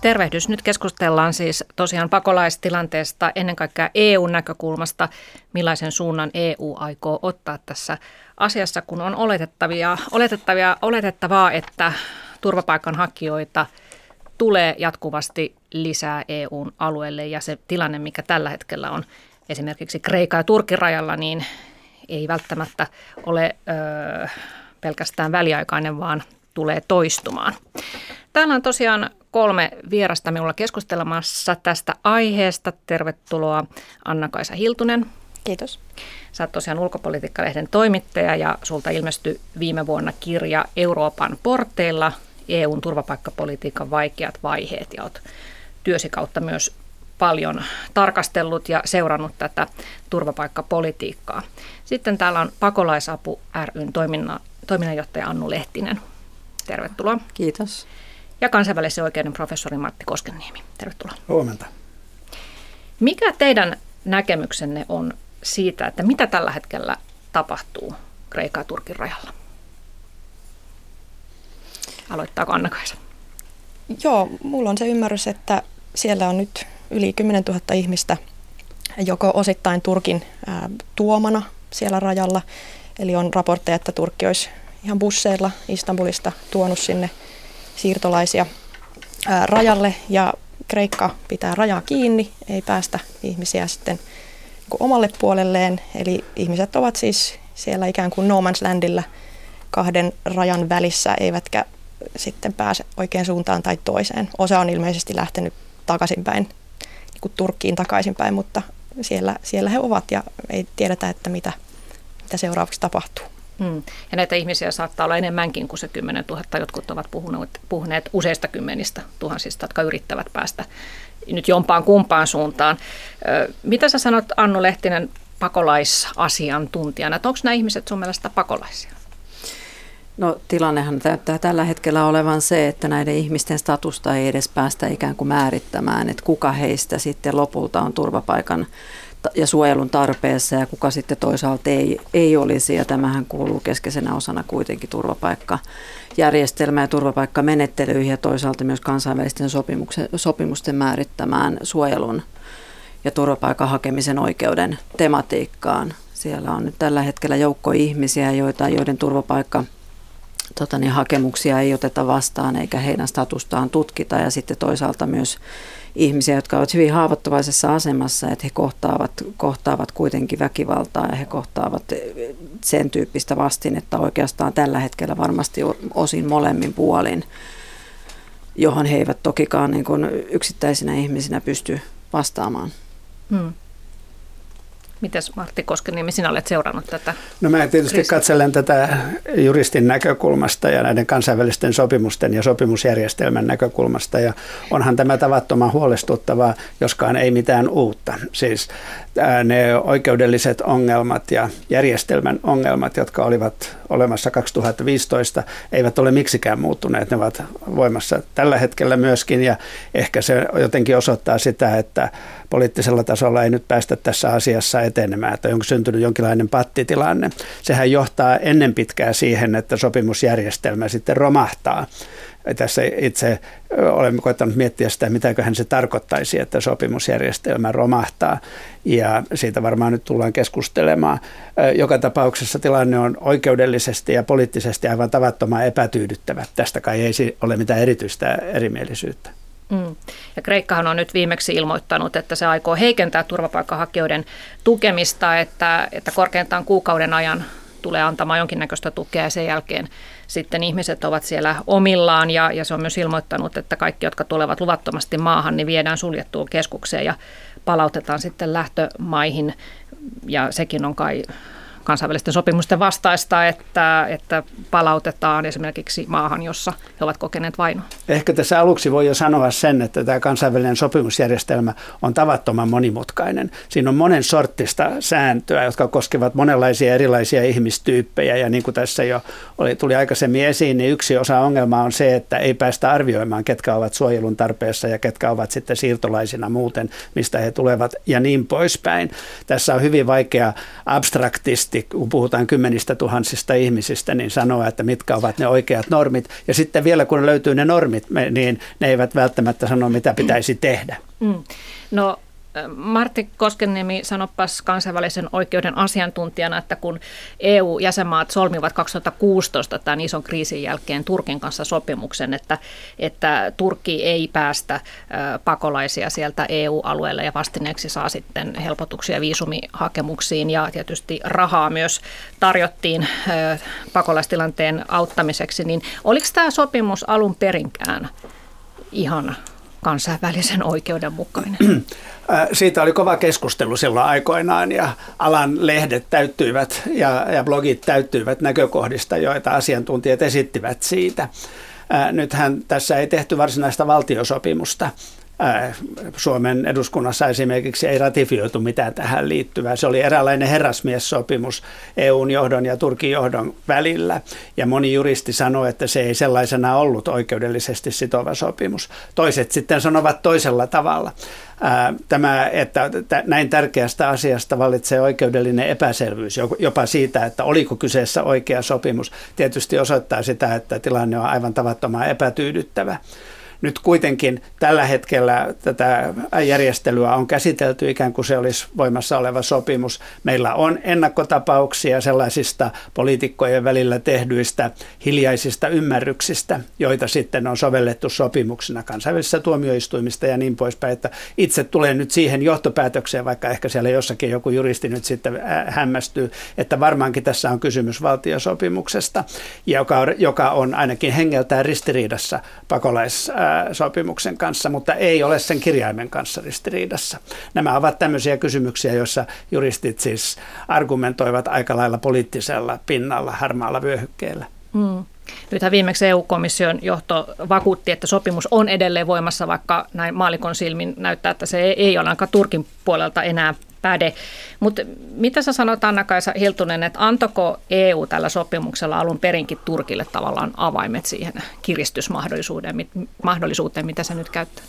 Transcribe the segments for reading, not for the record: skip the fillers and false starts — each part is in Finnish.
Tervehdys. Nyt keskustellaan siis tosiaan pakolaistilanteesta ennen kaikkea EU-näkökulmasta. Millaisen suunnan EU aikoo ottaa tässä asiassa, kun on oletettavaa, että turvapaikanhakijoita tulee jatkuvasti lisää EUn alueelle ja se tilanne, mikä tällä hetkellä on esimerkiksi Kreikan ja Turkin rajalla, niin ei välttämättä ole pelkästään väliaikainen, vaan tulee toistumaan. Täällä on tosiaan 3 vierasta minulla keskustelemassa tästä aiheesta. Tervetuloa Anna-Kaisa Hiltunen. Kiitos. Sä oot tosiaan Ulkopolitiikka-lehden toimittaja ja sulta ilmestyi viime vuonna kirja Euroopan porteilla, EUn turvapaikkapolitiikan vaikeat vaiheet, ja oot työsi kautta myös paljon tarkastellut ja seurannut tätä turvapaikkapolitiikkaa. Sitten täällä on Pakolaisapu ry:n toiminnanjohtaja Annu Lehtinen. Tervetuloa. Kiitos. Ja kansainvälisen oikeuden professori Matti Koskenniemi. Tervetuloa. Huomenta. Mikä teidän näkemyksenne on siitä, että mitä tällä hetkellä tapahtuu Kreikan ja Turkin rajalla? Aloittaako Anna-Kaisa? Joo, mulla on se ymmärrys, että siellä on nyt yli 10 000 ihmistä joko osittain Turkin tuomana siellä rajalla. Eli on raportteja, että Turkki olisi ihan busseilla Istanbulista tuonut sinne siirtolaisia rajalle, ja Kreikka pitää rajaa kiinni, ei päästä ihmisiä sitten omalle puolelleen. Eli ihmiset ovat siis siellä ikään kuin no man's landilla 2 rajan välissä, eivätkä sitten pääse oikein suuntaan tai toiseen. Osa on ilmeisesti lähtenyt takaisinpäin, niin kuin Turkkiin takaisinpäin, mutta siellä he ovat ja ei tiedetä, että mitä seuraavaksi tapahtuu. Ja näitä ihmisiä saattaa olla enemmänkin kuin se 10 000. Jotkut ovat puhuneet useista 10 000, jotka yrittävät päästä nyt jompaan kumpaan suuntaan. Mitä sä sanot, Annu Lehtinen, pakolaisasiantuntijana? Onko nämä ihmiset sun mielestä pakolaisia? No, tilannehan näyttää tällä hetkellä olevan se, että näiden ihmisten statusta ei edes päästä ikään kuin määrittämään, että kuka heistä sitten lopulta on turvapaikan ja suojelun tarpeessa ja kuka sitten toisaalta ei olisi. Ja tämähän kuuluu keskeisenä osana kuitenkin turvapaikkajärjestelmään ja turvapaikkamenettelyihin ja toisaalta myös kansainvälisten sopimusten määrittämään suojelun ja turvapaikan hakemisen oikeuden tematiikkaan. Siellä on nyt tällä hetkellä joukko ihmisiä, joiden hakemuksia ei oteta vastaan eikä heidän statustaan tutkita, ja sitten toisaalta myös ihmisiä, jotka ovat hyvin haavoittuvaisessa asemassa, että he kohtaavat kuitenkin väkivaltaa ja he kohtaavat sen tyyppistä vastinetta oikeastaan tällä hetkellä varmasti osin molemmin puolin, johon he eivät tokikaan niin kuin yksittäisinä ihmisinä pysty vastaamaan. Mites Martti Koskenniemi, sinä olet seurannut tätä? No mä tietysti katselen tätä juristin näkökulmasta ja näiden kansainvälisten sopimusten ja sopimusjärjestelmän näkökulmasta, ja onhan tämä tavattoman huolestuttavaa, joskaan ei mitään uutta. Siis ne oikeudelliset ongelmat ja järjestelmän ongelmat, jotka olivat olemassa 2015, eivät ole miksikään muuttuneet. Ne ovat voimassa tällä hetkellä myöskin, ja ehkä se jotenkin osoittaa sitä, että poliittisella tasolla ei nyt päästä tässä asiassa etenemään, että on syntynyt jonkinlainen pattitilanne. Sehän johtaa ennen pitkää siihen, että sopimusjärjestelmä sitten romahtaa. Tässä itse olemme koettanut miettiä sitä, mitäköhän se tarkoittaisi, että sopimusjärjestelmä romahtaa, ja siitä varmaan nyt tullaan keskustelemaan. Joka tapauksessa tilanne on oikeudellisesti ja poliittisesti aivan tavattoman epätyydyttävä. Tästä kai ei ole mitään erityistä erimielisyyttä. Ja Kreikkahan on nyt viimeksi ilmoittanut, että se aikoo heikentää turvapaikanhakijoiden tukemista, että korkeintaan kuukauden ajan tulee antamaan jonkinnäköistä tukea ja sen jälkeen sitten ihmiset ovat siellä omillaan, ja se on myös ilmoittanut, että kaikki, jotka tulevat luvattomasti maahan, niin viedään suljettuun keskukseen ja palautetaan sitten lähtömaihin, ja sekin on kai kansainvälisten sopimusten vastaista, että palautetaan esimerkiksi maahan, jossa he ovat kokeneet vainoa. Ehkä tässä aluksi voi jo sanoa sen, että tämä kansainvälinen sopimusjärjestelmä on tavattoman monimutkainen. Siinä on monen sorttista sääntöä, jotka koskevat monenlaisia erilaisia ihmistyyppejä, ja niin kuin tässä jo tuli aikaisemmin esiin, niin yksi osa ongelmaa on se, että ei päästä arvioimaan, ketkä ovat suojelun tarpeessa ja ketkä ovat sitten siirtolaisina muuten, mistä he tulevat ja niin poispäin. Tässä on hyvin vaikea abstraktista juristi, kun puhutaan 10 000 ihmisistä, niin sanoa, että mitkä ovat ne oikeat normit. Ja sitten vielä kun löytyy ne normit, niin ne eivät välttämättä sano, mitä pitäisi tehdä. No Martti Koskenniemi, sanopas kansainvälisen oikeuden asiantuntijana, että kun EU-jäsenmaat solmivat 2016 tämän ison kriisin jälkeen Turkin kanssa sopimuksen, että Turkki ei päästä pakolaisia sieltä EU-alueelle ja vastineeksi saa sitten helpotuksia viisumihakemuksiin ja tietysti rahaa myös tarjottiin pakolaistilanteen auttamiseksi, niin oliko tämä sopimus alun perinkään ihan kansainvälisen oikeuden mukainen? Siitä oli kova keskustelu silloin aikoinaan ja alan lehdet täyttyivät ja blogit täyttyivät näkökohdista, joita asiantuntijat esittivät siitä. Nythän tässä ei tehty varsinaista valtiosopimusta. Suomen eduskunnassa esimerkiksi ei ratifioitu mitään tähän liittyvää. Se oli eräänlainen herrasmiessopimus EUn johdon ja Turkin johdon välillä. Ja moni juristi sanoi, että se ei sellaisena ollut oikeudellisesti sitova sopimus. Toiset sitten sanovat toisella tavalla. Tämä, että näin tärkeästä asiasta vallitsee oikeudellinen epäselvyys, jopa siitä, että oliko kyseessä oikea sopimus, tietysti osoittaa sitä, että tilanne on aivan tavattoman epätyydyttävä. Nyt kuitenkin tällä hetkellä tätä järjestelyä on käsitelty ikään kuin se olisi voimassa oleva sopimus. Meillä on ennakkotapauksia sellaisista poliitikkojen välillä tehdyistä hiljaisista ymmärryksistä, joita sitten on sovellettu sopimuksena kansainvälisissä tuomioistuimista ja niin poispäin. Että itse tulen nyt siihen johtopäätökseen, vaikka ehkä siellä jossakin joku juristi nyt sitten hämmästyy, että varmaankin tässä on kysymys valtiosopimuksesta, joka on ainakin hengeltään ristiriidassa pakolaissopimuksen kanssa, mutta ei ole sen kirjaimen kanssa ristiriidassa. Nämä ovat tämmöisiä kysymyksiä, joissa juristit siis argumentoivat aika lailla poliittisella pinnalla, harmaalla vyöhykkeellä. Nythän viimeksi EU-komission johto vakuutti, että sopimus on edelleen voimassa, vaikka näin maallikon silmin näyttää, että se ei ole ainakaan Turkin puolelta enää päde. Mutta mitä sä sanot, Anna-Kaisa Hiltunen, että antoiko EU tällä sopimuksella alun perinkin Turkille tavallaan avaimet siihen kiristysmahdollisuuteen, mitä se nyt käyttää?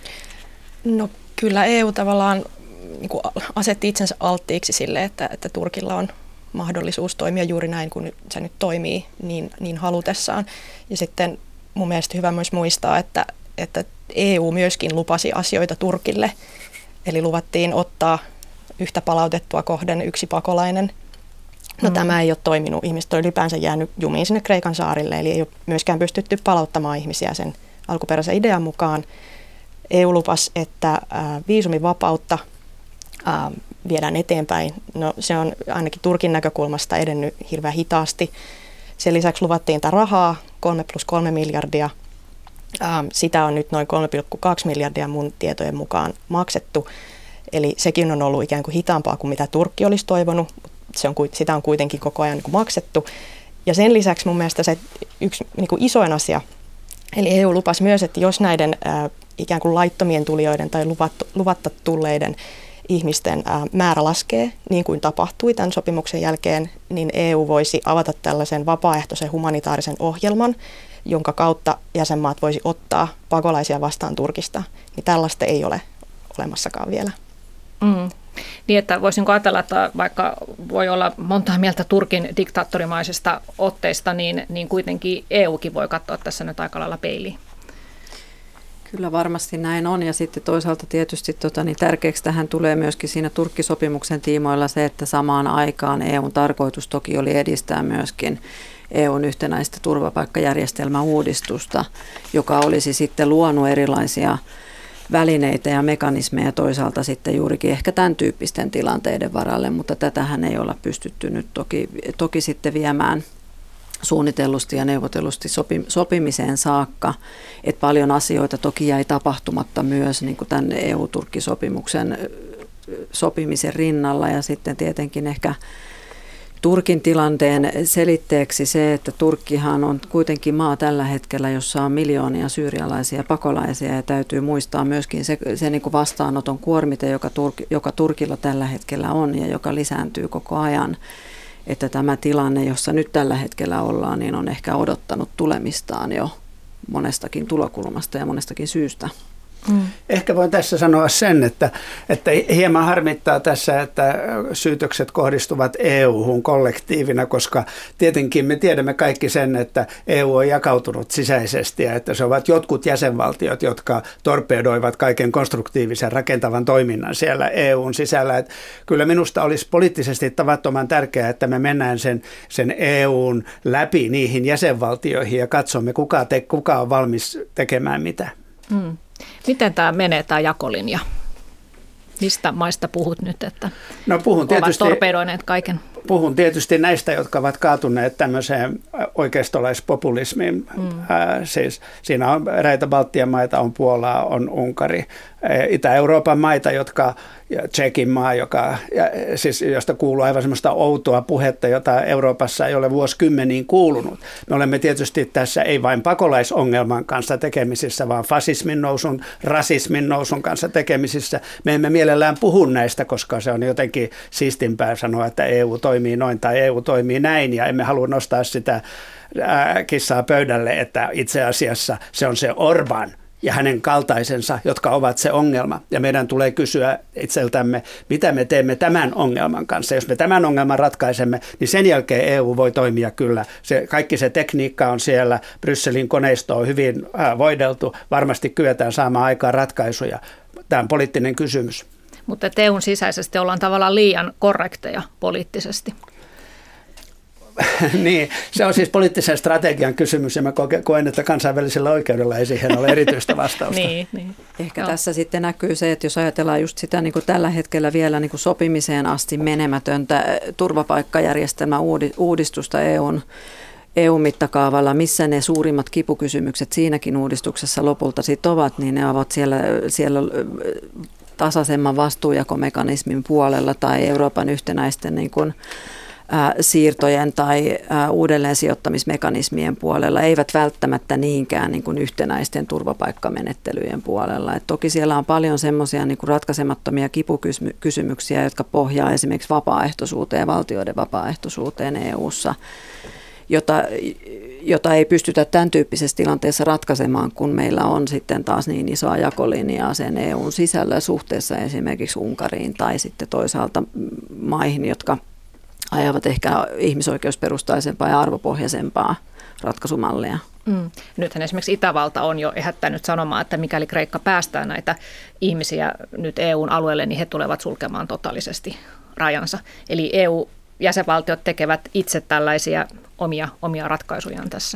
No kyllä EU tavallaan niin kuin asetti itsensä alttiiksi sille, että Turkilla on mahdollisuus toimia juuri näin, kun se nyt toimii niin halutessaan. Ja sitten mun mielestä hyvä myös muistaa, että EU myöskin lupasi asioita Turkille, eli luvattiin ottaa yhtä palautettua kohden yksi pakolainen. No tämä ei ole toiminut. Ihmiset on ylipäänsä jäänyt jumiin sinne Kreikan saarille, eli ei ole myöskään pystytty palauttamaan ihmisiä sen alkuperäisen idean mukaan. EU lupasi, että viisumivapautta viedään eteenpäin. No se on ainakin Turkin näkökulmasta edennyt hirveän hitaasti. Sen lisäksi luvattiin tätä rahaa, 3+3 miljardia. Sitä on nyt noin 3,2 miljardia mun tietojen mukaan maksettu. Eli sekin on ollut ikään kuin hitaampaa kuin mitä Turkki olisi toivonut. Sitä on kuitenkin koko ajan niin kuin maksettu. Ja sen lisäksi mun mielestä se yksi niin kuin isoin asia, eli EU lupasi myös, että jos näiden ikään kuin laittomien tulijoiden tai luvatta tulleiden ihmisten määrä laskee, niin kuin tapahtui tämän sopimuksen jälkeen, niin EU voisi avata tällaisen vapaaehtoisen humanitaarisen ohjelman, jonka kautta jäsenmaat voisi ottaa pakolaisia vastaan Turkista. Niin tällaista ei ole olemassakaan vielä. Niin, että voisinko ajatella, että vaikka voi olla montaa mieltä Turkin diktaattorimaisista otteista, niin kuitenkin EUkin voi katsoa tässä nyt aika lailla peiliin. Kyllä varmasti näin on, ja sitten toisaalta tietysti tärkeäksi tähän tulee myöskin siinä Turkki-sopimuksen tiimoilla se, että samaan aikaan EUn tarkoitus toki oli edistää myöskin EUn yhtenäistä turvapaikkajärjestelmäuudistusta, joka olisi sitten luonut erilaisia välineitä ja mekanismeja toisaalta sitten juurikin ehkä tämän tyyppisten tilanteiden varalle, mutta tätähän ei olla pystytty nyt toki sitten viemään suunnitellusti ja neuvotellusti sopimiseen saakka, että paljon asioita toki jäi tapahtumatta myös niin kuin tämän EU-Turkki-sopimuksen sopimisen rinnalla, ja sitten tietenkin ehkä Turkin tilanteen selitteeksi se, että Turkkihan on kuitenkin maa tällä hetkellä, jossa on miljoonia syyrialaisia pakolaisia, ja täytyy muistaa myöskin se niin kuin vastaanoton kuormite, joka Turkilla tällä hetkellä on ja joka lisääntyy koko ajan. Että tämä tilanne, jossa nyt tällä hetkellä ollaan, niin on ehkä odottanut tulemistaan jo monestakin tulokulmasta ja monestakin syystä. Ehkä voin tässä sanoa sen, että hieman harmittaa tässä, että syytökset kohdistuvat EU-hun kollektiivina, koska tietenkin me tiedämme kaikki sen, että EU on jakautunut sisäisesti ja että se ovat jotkut jäsenvaltiot, jotka torpedoivat kaiken konstruktiivisen rakentavan toiminnan siellä EUn sisällä. Että kyllä minusta olisi poliittisesti tavattoman tärkeää, että me mennään sen EUn läpi niihin jäsenvaltioihin ja katsomme, kuka on valmis tekemään mitä. Miten tämä menee, tämä jakolinja? Mistä maista puhut nyt, että puhun tietysti, ovat torpedoineet kaiken? Puhun tietysti näistä, jotka ovat kaatuneet tämmöiseen oikeistolaispopulismiin. Siis siinä on eräitä Baltian maita, on Puolaa, on Unkari, Itä-Euroopan maita, Tšekin maa, josta kuuluu aivan semmoista outoa puhetta, jota Euroopassa ei ole vuosikymmeniin kuulunut. Me olemme tietysti tässä ei vain pakolaisongelman kanssa tekemisissä, vaan fasismin nousun, rasismin nousun kanssa tekemisissä. Me emme mielellään puhu näistä, koska se on jotenkin siistimpää sanoa, että EU toimii noin tai EU toimii näin, ja emme halua nostaa sitä kissaa pöydälle, että itse asiassa se on se Orbán ja hänen kaltaisensa, jotka ovat se ongelma. Ja meidän tulee kysyä itseltämme, mitä me teemme tämän ongelman kanssa. Jos me tämän ongelman ratkaisemme, niin sen jälkeen EU voi toimia kyllä. Kaikki se tekniikka on siellä, Brysselin koneisto on hyvin voideltu, varmasti kyetään saamaan aikaan ratkaisuja. Tämä on poliittinen kysymys. Mutta EUn sisäisesti ollaan tavallaan liian korrekteja poliittisesti. Niin, se on siis poliittisen strategian kysymys ja mä koen, että kansainvälisellä oikeudella ei siihen ole erityistä vastausta. niin. Ehkä tässä sitten näkyy se, että jos ajatellaan just sitä niin kuin tällä hetkellä vielä niin kuin sopimiseen asti menemätöntä turvapaikkajärjestelmän uudistusta EU-mittakaavalla, missä ne suurimmat kipukysymykset siinäkin uudistuksessa lopulta sitten ovat, niin ne ovat siellä tasaisemman vastuujakomekanismin puolella tai Euroopan yhtenäisten niin kuin siirtojen tai uudelleen sijoittamismekanismien puolella, eivät välttämättä niinkään niin kuin yhtenäisten turvapaikkamenettelyjen puolella. Et toki siellä on paljon semmoisia niin kuin ratkaisemattomia kipukysymyksiä, jotka pohjaa esimerkiksi vapaaehtoisuuteen, valtioiden vapaaehtoisuuteen EU:ssa, jota ei pystytä tämän tyyppisessä tilanteessa ratkaisemaan, kun meillä on sitten taas niin isoa jakolinjaa sen EUn sisällä suhteessa esimerkiksi Unkariin tai sitten toisaalta maihin, jotka ajavat ehkä ihmisoikeusperustaisempaa ja arvopohjaisempaa ratkaisumallia. Nythän esimerkiksi Itävalta on jo ehättänyt sanomaan, että mikäli Kreikka päästää näitä ihmisiä nyt EUn alueelle, niin he tulevat sulkemaan totaalisesti rajansa. Eli EU-jäsenvaltiot tekevät itse tällaisia omia ratkaisujaan tässä.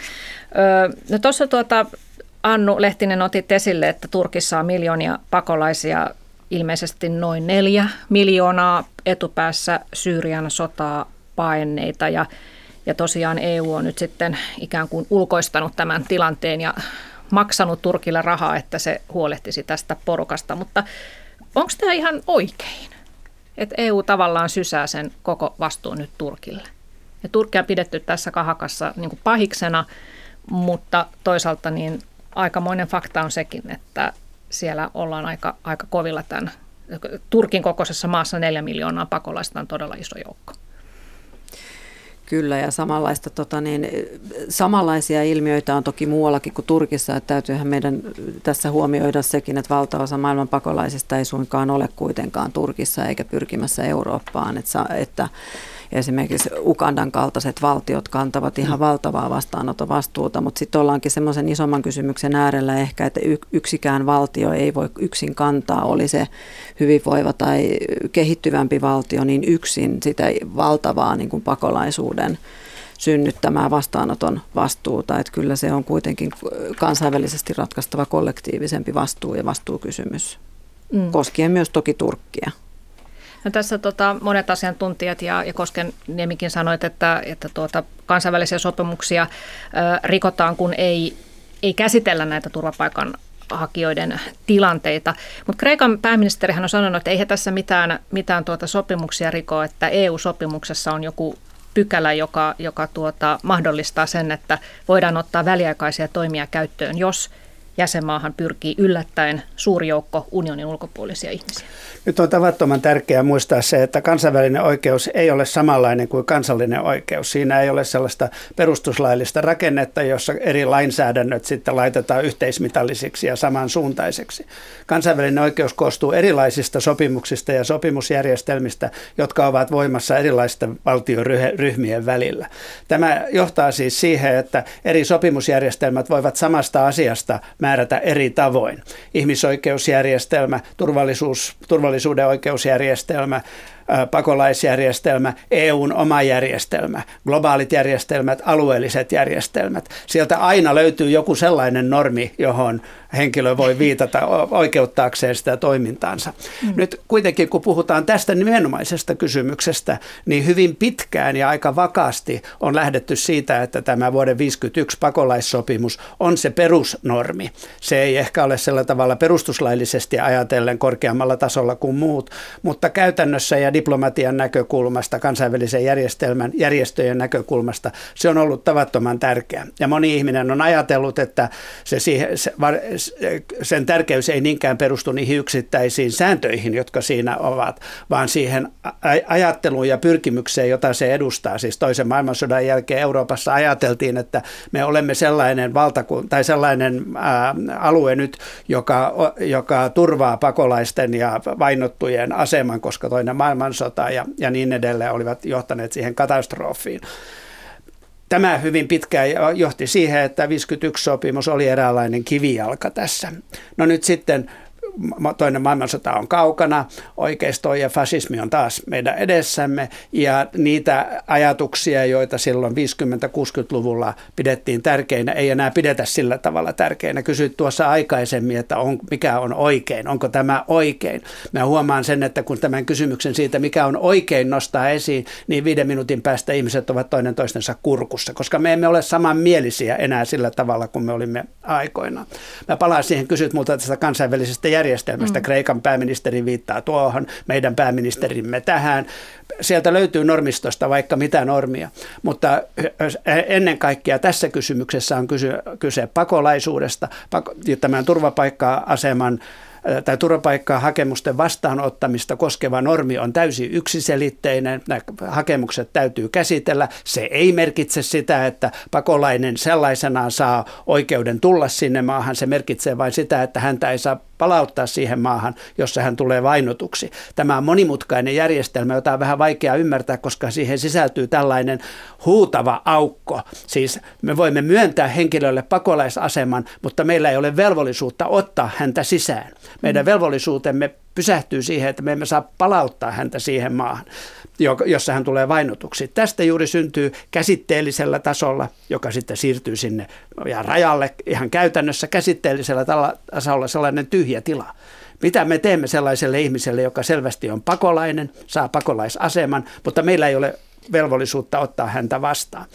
No tuossa Annu Lehtinen otit esille, että Turkissa on miljoonia pakolaisia, ilmeisesti noin 4 miljoonaa etupäässä Syyrian sotaa paenneita ja tosiaan EU on nyt sitten ikään kuin ulkoistanut tämän tilanteen ja maksanut Turkille rahaa, että se huolehtisi tästä porukasta, mutta onko tämä ihan oikein, että EU tavallaan sysää sen koko vastuun nyt Turkille? Ja Turkkia on pidetty tässä kahakassa niin kuin pahiksena, mutta toisaalta niin aikamoinen fakta on sekin, että siellä ollaan aika kovilla tämän Turkin kokoisessa maassa 4 miljoonaa pakolaista on todella iso joukko. Kyllä, ja samanlaisia ilmiöitä on toki muuallakin kuin Turkissa, että täytyyhän meidän tässä huomioida sekin, että valtaosa maailman pakolaisista ei suinkaan ole kuitenkaan Turkissa eikä pyrkimässä Eurooppaan, että esimerkiksi Ugandan kaltaiset valtiot kantavat ihan valtavaa vastaanotovastuuta, mutta sitten ollaankin semmoisen isomman kysymyksen äärellä ehkä, että yksikään valtio ei voi yksin kantaa, oli se hyvinvoiva tai kehittyvämpi valtio, niin yksin sitä valtavaa niin kuin pakolaisuuden synnyttämää vastaanoton vastuuta, että kyllä se on kuitenkin kansainvälisesti ratkaistava kollektiivisempi vastuu ja vastuukysymys, koskien myös toki Turkkia. No tässä monet asiantuntijat ja Koskenniemikin sanoit, että kansainvälisiä sopimuksia rikotaan, kun ei käsitellä näitä turvapaikanhakijoiden tilanteita. Mutta Kreikan pääministerihän on sanonut, että eihän tässä mitään sopimuksia riko, että EU-sopimuksessa on joku pykälä, joka mahdollistaa sen, että voidaan ottaa väliaikaisia toimia käyttöön, jos jäsenmaahan pyrkii yllättäen suuri joukko unionin ulkopuolisia ihmisiä. Nyt on tavattoman tärkeää muistaa se, että kansainvälinen oikeus ei ole samanlainen kuin kansallinen oikeus. Siinä ei ole sellaista perustuslaillista rakennetta, jossa eri lainsäädännöt sitten laitetaan yhteismitallisiksi ja samansuuntaiseksi. Kansainvälinen oikeus koostuu erilaisista sopimuksista ja sopimusjärjestelmistä, jotka ovat voimassa erilaisten valtioryhmien välillä. Tämä johtaa siis siihen, että eri sopimusjärjestelmät voivat samasta asiasta määrätä eri tavoin. Ihmisoikeusjärjestelmä, turvallisuuden oikeusjärjestelmä, pakolaisjärjestelmä, EUn oma järjestelmä, globaalit järjestelmät, alueelliset järjestelmät. Sieltä aina löytyy joku sellainen normi, johon henkilö voi viitata oikeuttaakseen sitä toimintaansa. Nyt kuitenkin, kun puhutaan tästä nimenomaisesta kysymyksestä, niin hyvin pitkään ja aika vakaasti on lähdetty siitä, että tämä vuoden 1951 pakolaissopimus on se perusnormi. Se ei ehkä ole sillä tavalla perustuslaillisesti ajatellen korkeammalla tasolla kuin muut, mutta käytännössä ja diplomatian näkökulmasta, kansainvälisen järjestöjen näkökulmasta se on ollut tavattoman tärkeä. Ja moni ihminen on ajatellut, että sen tärkeys ei niinkään perustu niihin yksittäisiin sääntöihin, jotka siinä ovat, vaan siihen ajatteluun ja pyrkimykseen, jota se edustaa. Siis toisen maailmansodan jälkeen Euroopassa ajateltiin, että me olemme sellainen valtakunta tai sellainen alue nyt, joka turvaa pakolaisten ja vainottujen aseman, koska toinen maailmansota ja niin edelleen olivat johtaneet siihen katastrofiin. Tämä hyvin pitkään johti siihen, että 51 sopimus oli eräänlainen kivijalka tässä. No nyt sitten toinen maailmansota on kaukana, oikeisto ja fasismi on taas meidän edessämme ja niitä ajatuksia, joita silloin 50-60-luvulla pidettiin tärkeinä, ei enää pidetä sillä tavalla tärkeinä. Kysyit tuossa aikaisemmin, että mikä on oikein, onko tämä oikein. Mä huomaan sen, että kun tämän kysymyksen siitä, mikä on oikein nostaa esiin, niin 5 minuutin päästä ihmiset ovat toinen toistensa kurkussa, koska me emme ole samanmielisiä enää sillä tavalla, kuin me olimme aikoinaan. Mä palaan siihen, kysyt multa tästä kansainvälisestä järjestelmästä. Kreikan pääministeri viittaa tuohon, meidän pääministerimme tähän. Sieltä löytyy normistosta vaikka mitä normia, mutta ennen kaikkea tässä kysymyksessä on kyse pakolaisuudesta, tämän turvapaikka-aseman tai turvapaikkahakemusten vastaanottamista koskeva normi on täysin yksiselitteinen. Nämä hakemukset täytyy käsitellä. Se ei merkitse sitä, että pakolainen sellaisenaan saa oikeuden tulla sinne maahan. Se merkitsee vain sitä, että häntä ei saa palauttaa siihen maahan, jossa hän tulee vainotuksi. Tämä on monimutkainen järjestelmä, jota on vähän vaikea ymmärtää, koska siihen sisältyy tällainen huutava aukko. Siis me voimme myöntää henkilölle pakolaisaseman, mutta meillä ei ole velvollisuutta ottaa häntä sisään. Meidän velvollisuutemme pysähtyy siihen, että me emme saa palauttaa häntä siihen maahan, jossa hän tulee vainotuksi. Tästä juuri syntyy käsitteellisellä tasolla, joka sitten siirtyy sinne ja rajalle ihan käytännössä käsitteellisellä tasolla sellainen tyhjä tila. Mitä me teemme sellaiselle ihmiselle, joka selvästi on pakolainen, saa pakolaisaseman, mutta meillä ei ole velvollisuutta ottaa häntä vastaan.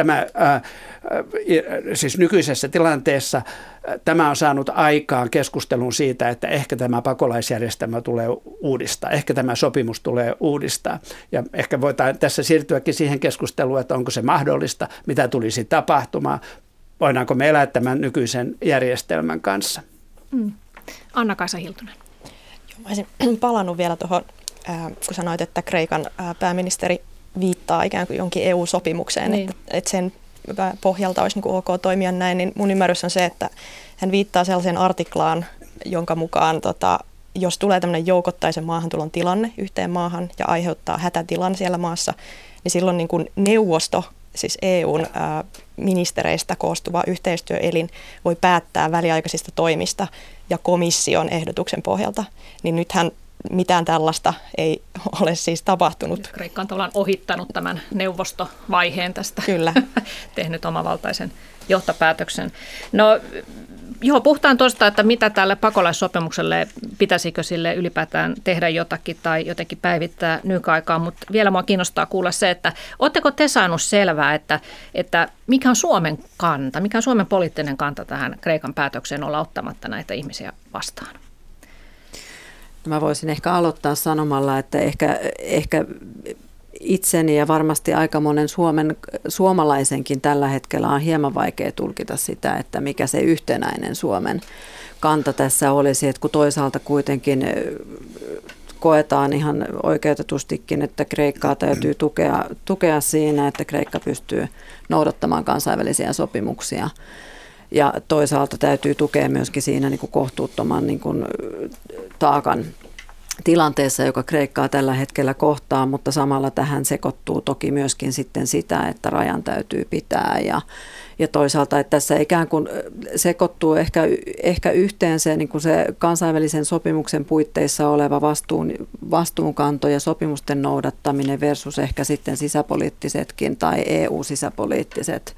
Siis nykyisessä tilanteessa tämä on saanut aikaan keskustelun siitä, että ehkä tämä pakolaisjärjestelmä tulee uudistaa, ehkä tämä sopimus tulee uudistaa. Ja ehkä voidaan tässä siirtyäkin siihen keskusteluun, että onko se mahdollista, mitä tulisi tapahtumaan, voidaanko me elää tämän nykyisen järjestelmän kanssa. Anna-Kaisa Hiltunen. Mä olisin palannut vielä tuohon, kun sanoit, että Kreikan pääministeri viittaa ikään kuin jonkin EU-sopimukseen, niin. että sen pohjalta olisi niin kuin ok toimia näin, niin mun ymmärrys on se, että hän viittaa sellaiseen artiklaan, jonka mukaan jos tulee tämmöinen joukottaisen maahantulon tilanne yhteen maahan ja aiheuttaa hätätilan siellä maassa, niin silloin niin kuin neuvosto, siis EUn ministereistä koostuva yhteistyöelin voi päättää väliaikaisista toimista ja komission ehdotuksen pohjalta, niin nythän mitään tällaista ei ole siis tapahtunut. Kreikka on tavallaan ohittanut tämän neuvostovaiheen tästä. Kyllä. Tehnyt omavaltaisen johtopäätöksen. No joo, puhutaan tuosta, että mitä tälle pakolaissopimukselle, pitäisikö sille ylipäätään tehdä jotakin tai jotenkin päivittää nykyaikaan, mutta vielä minua kiinnostaa kuulla se, että oletteko te saanut selvää, että mikä on Suomen kanta, mikä on Suomen poliittinen kanta tähän Kreikan päätökseen olla ottamatta näitä ihmisiä vastaan? Mä voisin ehkä aloittaa sanomalla, että ehkä itseni ja varmasti aika monen suomalaisenkin tällä hetkellä on hieman vaikea tulkita sitä, että mikä se yhtenäinen Suomen kanta tässä olisi, että kun toisaalta kuitenkin koetaan ihan oikeutetustikin, että Kreikkaa täytyy tukea siinä, että Kreikka pystyy noudattamaan kansainvälisiä sopimuksia. Ja toisaalta täytyy tukea myöskin siinä niin kuin kohtuuttoman niin kuin taakan tilanteessa, joka Kreikkaa tällä hetkellä kohtaa, mutta samalla tähän sekoittuu toki myöskin sitten sitä, että rajan täytyy pitää ja toisaalta, että tässä ikään kuin sekoittuu ehkä yhteen se, niin kuin se kansainvälisen sopimuksen puitteissa oleva vastuunkanto ja sopimusten noudattaminen versus ehkä sitten sisäpoliittisetkin tai EU-sisäpoliittiset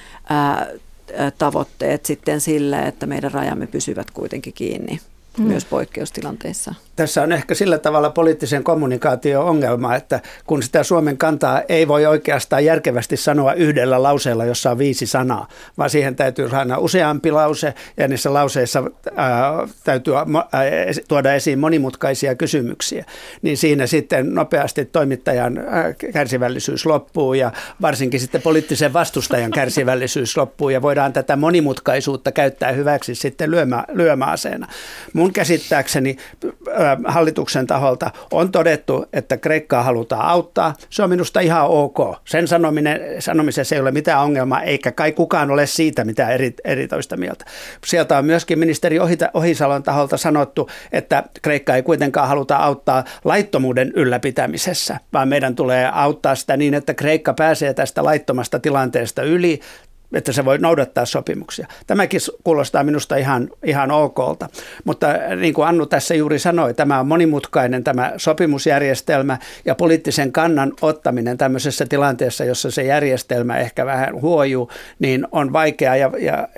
tavoitteet sitten sille, että meidän rajamme pysyvät kuitenkin kiinni myös poikkeustilanteissa. Tässä on ehkä sillä tavalla poliittisen kommunikaation ongelma, että kun sitä Suomen kantaa ei voi oikeastaan järkevästi sanoa yhdellä lauseella, jossa on 5 sanaa, vaan siihen täytyy saada useampi lause ja niissä lauseissa täytyy tuoda esiin monimutkaisia kysymyksiä, niin siinä sitten nopeasti toimittajan kärsivällisyys loppuu ja varsinkin sitten poliittisen vastustajan kärsivällisyys loppuu ja voidaan tätä monimutkaisuutta käyttää hyväksi sitten lyömäaseena. Mun käsittääkseni hallituksen taholta on todettu, että Kreikkaa halutaan auttaa. Se on minusta ihan ok. Sen sanomisessa ei ole mitään ongelmaa, eikä kai kukaan ole siitä mitään eritoista mieltä. Sieltä on myöskin ministeri Ohisalon taholta sanottu, että Kreikkaa ei kuitenkaan haluta auttaa laittomuuden ylläpitämisessä, vaan meidän tulee auttaa sitä niin, että Kreikka pääsee tästä laittomasta tilanteesta yli, että se voi noudattaa sopimuksia. Tämäkin kuulostaa minusta ihan okolta, mutta niin kuin Annu tässä juuri sanoi, tämä on monimutkainen tämä sopimusjärjestelmä ja poliittisen kannan ottaminen tämmöisessä tilanteessa, jossa se järjestelmä ehkä vähän huojuu, niin on vaikeaa ja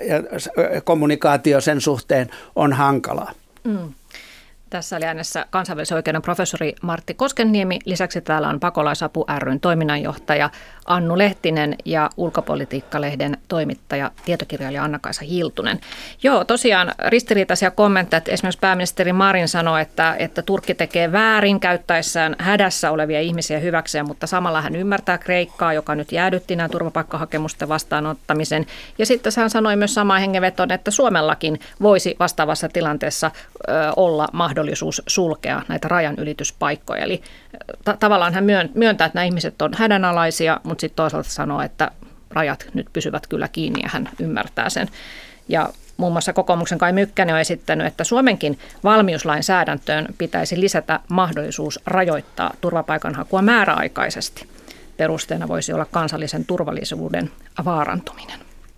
kommunikaatio sen suhteen on hankalaa. Tässä oli äänessä kansainvälisen oikeuden professori Martti Koskenniemi. Lisäksi täällä on Pakolaisapu ry:n toiminnanjohtaja Annu Lehtinen ja Ulkopolitiikka-lehden toimittaja, tietokirjailija Anna-Kaisa Hiltunen. Joo, tosiaan ristiriitaisia kommentteja. Esimerkiksi pääministeri Marin sanoi, että Turkki tekee väärin käyttäessään hädässä olevia ihmisiä hyväkseen, mutta samalla hän ymmärtää Kreikkaa, joka nyt jäädytti nämä turvapaikkahakemusten vastaanottamisen. Ja sitten hän sanoi myös samaan hengenvetoon, että Suomellakin voisi vastaavassa tilanteessa olla mahdollisuus sulkea näitä rajanylityspaikkoja. Eli tavallaan hän myöntää, että nämä ihmiset on hädänalaisia, mutta sitten toisaalta sanoo, että rajat nyt pysyvät kyllä kiinni ja hän ymmärtää sen. Ja muun muassa kokoomuksen Kai Mykkänen on esittänyt, että Suomenkin valmiuslainsäädäntöön pitäisi lisätä mahdollisuus rajoittaa turvapaikanhakua määräaikaisesti. Perusteena voisi olla kansallisen turvallisuuden vaarantuminen.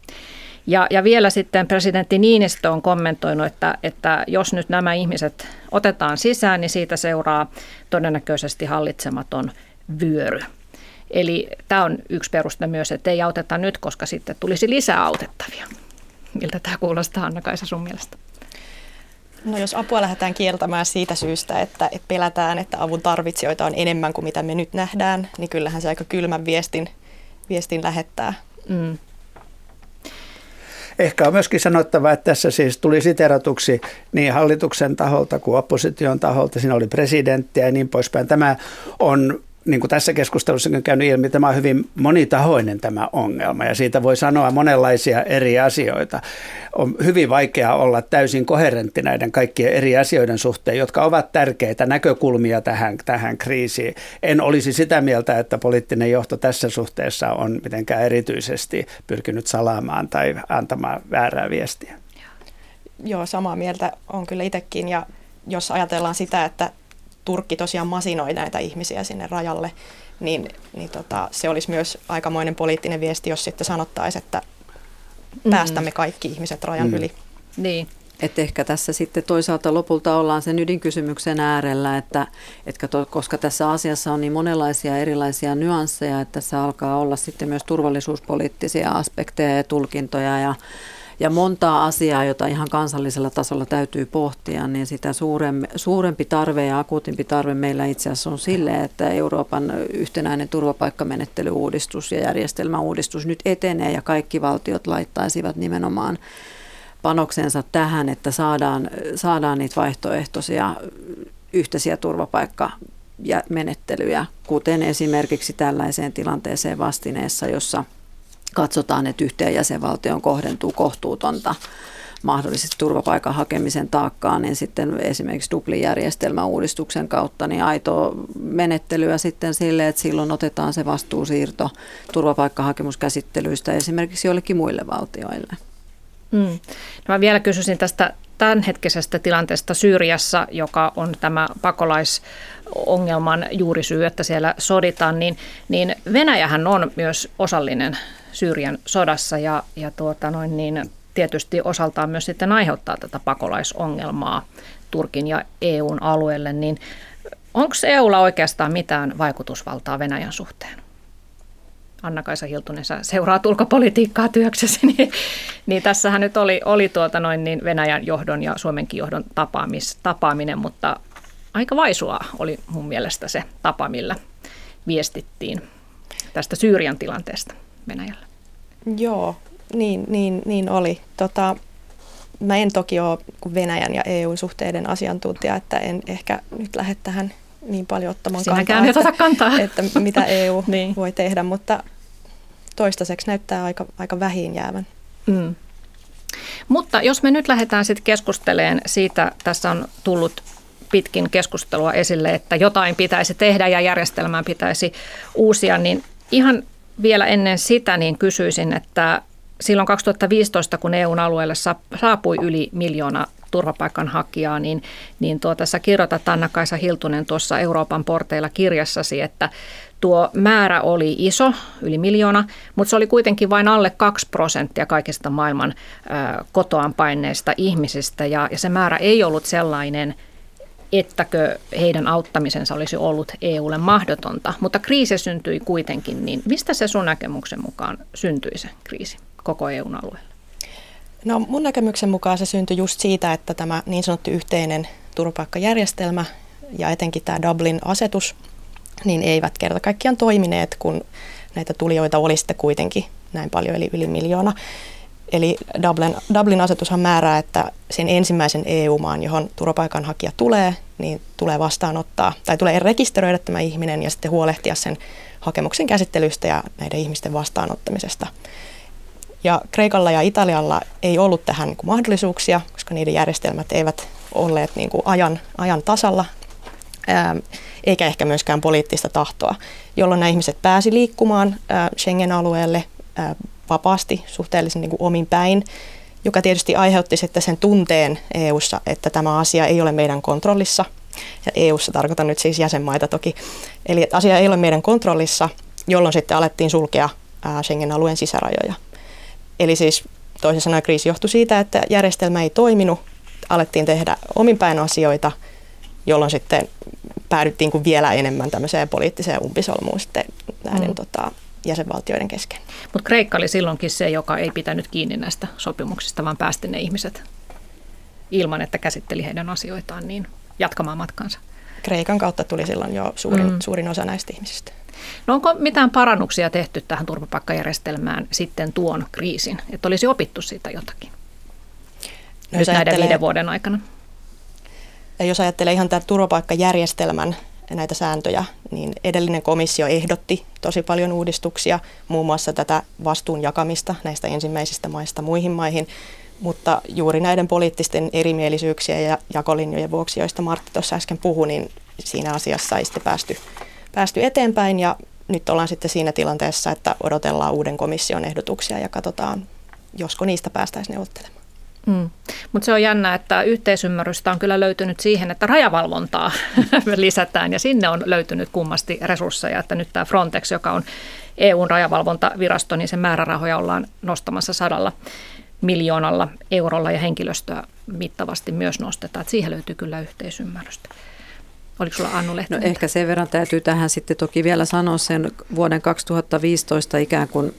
Ja vielä sitten presidentti Niinistö on kommentoinut, että jos nyt nämä ihmiset otetaan sisään, niin siitä seuraa todennäköisesti hallitsematon vyöry. Eli tämä on yksi peruste myös, että ei auteta nyt, koska sitten tulisi lisää autettavia. Miltä tämä kuulostaa, Anna-Kaisa, sun mielestä? No jos apua lähdetään kieltämään siitä syystä, että pelätään, että avun tarvitsijoita on enemmän kuin mitä me nyt nähdään, niin kyllähän se aika kylmän viestin lähettää. Ehkä on myöskin sanottava, että tässä siis tuli siteratuksi niin hallituksen taholta kuin opposition taholta. Siinä oli presidenttiä ja niin poispäin. Tämä on, niin kuin tässä keskustelussa on käynyt ilmi, tämä on hyvin monitahoinen tämä ongelma ja siitä voi sanoa monenlaisia eri asioita. On hyvin vaikea olla täysin koherentti näiden kaikkien eri asioiden suhteen, jotka ovat tärkeitä näkökulmia tähän kriisiin. En olisi sitä mieltä, että poliittinen johto tässä suhteessa on mitenkään erityisesti pyrkinyt salaamaan tai antamaan väärää viestiä. Joo, samaa mieltä on kyllä itsekin ja jos ajatellaan sitä, että Turkki tosiaan masinoi näitä ihmisiä sinne rajalle, niin se olisi myös aikamoinen poliittinen viesti, jos sitten sanottaisiin, että päästämme kaikki ihmiset rajan yli. Niin. Että ehkä tässä sitten toisaalta lopulta ollaan sen ydinkysymyksen äärellä, että koska tässä asiassa on niin monenlaisia erilaisia nyansseja, että tässä alkaa olla sitten myös turvallisuuspoliittisia aspekteja ja tulkintoja ja montaa asiaa, jota ihan kansallisella tasolla täytyy pohtia, niin sitä suurempi tarve ja akuutimpi tarve meillä itse asiassa on sille, että Euroopan yhtenäinen turvapaikkamenettelyuudistus ja järjestelmäuudistus nyt etenee ja kaikki valtiot laittaisivat nimenomaan panoksensa tähän, että saadaan niitä vaihtoehtoisia yhteisiä menettelyjä, kuten esimerkiksi tällaiseen tilanteeseen vastineessa, jossa katsotaan, että yhteen jäsenvaltioon kohdentuu kohtuutonta mahdollisesti turvapaikan hakemisen taakkaa, niin sitten esimerkiksi Dublin-järjestelmän uudistuksen kautta niin aitoa menettelyä sitten sille, että silloin otetaan se vastuusiirto turvapaikkahakemuskäsittelyistä esimerkiksi joillekin muille valtioille. No mä vielä kysyisin tästä tämänhetkisestä tilanteesta Syyriassa, joka on tämä pakolaisongelman juurisyy, että siellä soditaan, niin Venäjähän on myös osallinen Syyrian sodassa ja tietysti osaltaan myös sitten aiheuttaa tätä pakolaisongelmaa Turkin ja EUn alueelle, niin onko EUlla oikeastaan mitään vaikutusvaltaa Venäjän suhteen? Anna-Kaisa Hiltunen, sä seuraat ulkopolitiikkaa työksesi, niin tässähän nyt oli Venäjän johdon ja Suomenkin johdon tapaaminen, mutta aika vaisua oli mun mielestä se tapa, millä viestittiin tästä Syyrian tilanteesta Venäjällä. Joo, niin oli. Mä en toki ole Venäjän ja EU-suhteiden asiantuntija, että en ehkä nyt lähde tähän niin paljon ottamaan kantaa, että mitä EU niin voi tehdä, mutta toistaiseksi näyttää aika vähin jäävän. Mutta jos me nyt lähdetään sitten keskustelemaan siitä, tässä on tullut pitkin keskustelua esille, että jotain pitäisi tehdä ja järjestelmää pitäisi uusia, niin ihan vielä ennen sitä niin kysyisin, että silloin 2015, kun EUn alueelle saapui yli 1 miljoona turvapaikanhakijaa, niin sä kirjoitat, Anna-Kaisa Hiltunen, tuossa Euroopan porteilla kirjassasi, että tuo määrä oli iso, yli 1 miljoona, mutta se oli kuitenkin vain alle 2% kaikista maailman kotoaan paineista ihmisistä, ja se määrä ei ollut sellainen, ettäkö heidän auttamisensa olisi ollut EUlle mahdotonta, mutta kriisi syntyi kuitenkin, niin mistä se sun näkemyksen mukaan syntyi se kriisi koko EUn alueella? No mun näkemyksen mukaan se syntyi just siitä, että tämä niin sanottu yhteinen turvapaikkajärjestelmä ja etenkin tämä Dublin-asetus, niin eivät kerta kaikkiaan toimineet, kun näitä tulijoita oli sitten kuitenkin näin paljon, eli yli 1 miljoona. Eli Dublin-asetushan määrää, että sen ensimmäisen EU-maan, johon turvapaikanhakija tulee, niin tulee vastaanottaa tai tulee rekisteröidä tämä ihminen ja sitten huolehtia sen hakemuksen käsittelystä ja näiden ihmisten vastaanottamisesta. Ja Kreikalla ja Italialla ei ollut tähän niin kuin mahdollisuuksia, koska niiden järjestelmät eivät olleet niin kuin ajan tasalla, eikä ehkä myöskään poliittista tahtoa, jolloin nämä ihmiset pääsi liikkumaan Schengen-alueelle vapaasti, suhteellisen niin kuin omin päin, joka tietysti aiheutti sitten sen tunteen EU:ssa, että tämä asia ei ole meidän kontrollissa. Ja EU:ssa tarkoitan nyt siis jäsenmaita toki. Eli että asia ei ole meidän kontrollissa, jolloin sitten alettiin sulkea Schengen-alueen sisärajoja. Eli siis toisin sanoen kriisi johtui siitä, että järjestelmä ei toiminut, alettiin tehdä omin päin asioita, jolloin sitten päädyttiin kuin vielä enemmän tämmöiseen poliittiseen umpisolmuun sitten näiden jäsenvaltioiden kesken. Mutta Kreikka oli silloinkin se, joka ei pitänyt kiinni näistä sopimuksista, vaan päästi ne ihmiset ilman, että käsitteli heidän asioitaan, niin jatkamaan matkansa. Kreikan kautta tuli silloin jo suurin osa näistä ihmisistä. No onko mitään parannuksia tehty tähän turvapaikkajärjestelmään sitten tuon kriisin, että olisi opittu siitä jotakin nyt näiden 5 vuoden aikana? Jos ajattelee ihan tämän turvapaikkajärjestelmän näitä sääntöjä, niin edellinen komissio ehdotti tosi paljon uudistuksia, muun muassa tätä vastuun jakamista näistä ensimmäisistä maista muihin maihin, mutta juuri näiden poliittisten erimielisyyksien ja jakolinjojen vuoksi, joista Martti tuossa äsken puhui, niin siinä asiassa ei sitten päästy eteenpäin ja nyt ollaan sitten siinä tilanteessa, että odotellaan uuden komission ehdotuksia ja katsotaan, josko niistä päästäisiin neuvottelemaan. Mutta se on jännä, että yhteisymmärrystä on kyllä löytynyt siihen, että rajavalvontaa lisätään ja sinne on löytynyt kummasti resursseja, että nyt tämä Frontex, joka on EUn rajavalvontavirasto, niin sen määrärahoja ollaan nostamassa 100 miljoonalla eurolla ja henkilöstöä mittavasti myös nostetaan, että siihen löytyy kyllä yhteisymmärrystä. Oliko sulla Annu Lehti? No ehkä sen verran täytyy tähän sitten toki vielä sanoa sen vuoden 2015 ikään kuin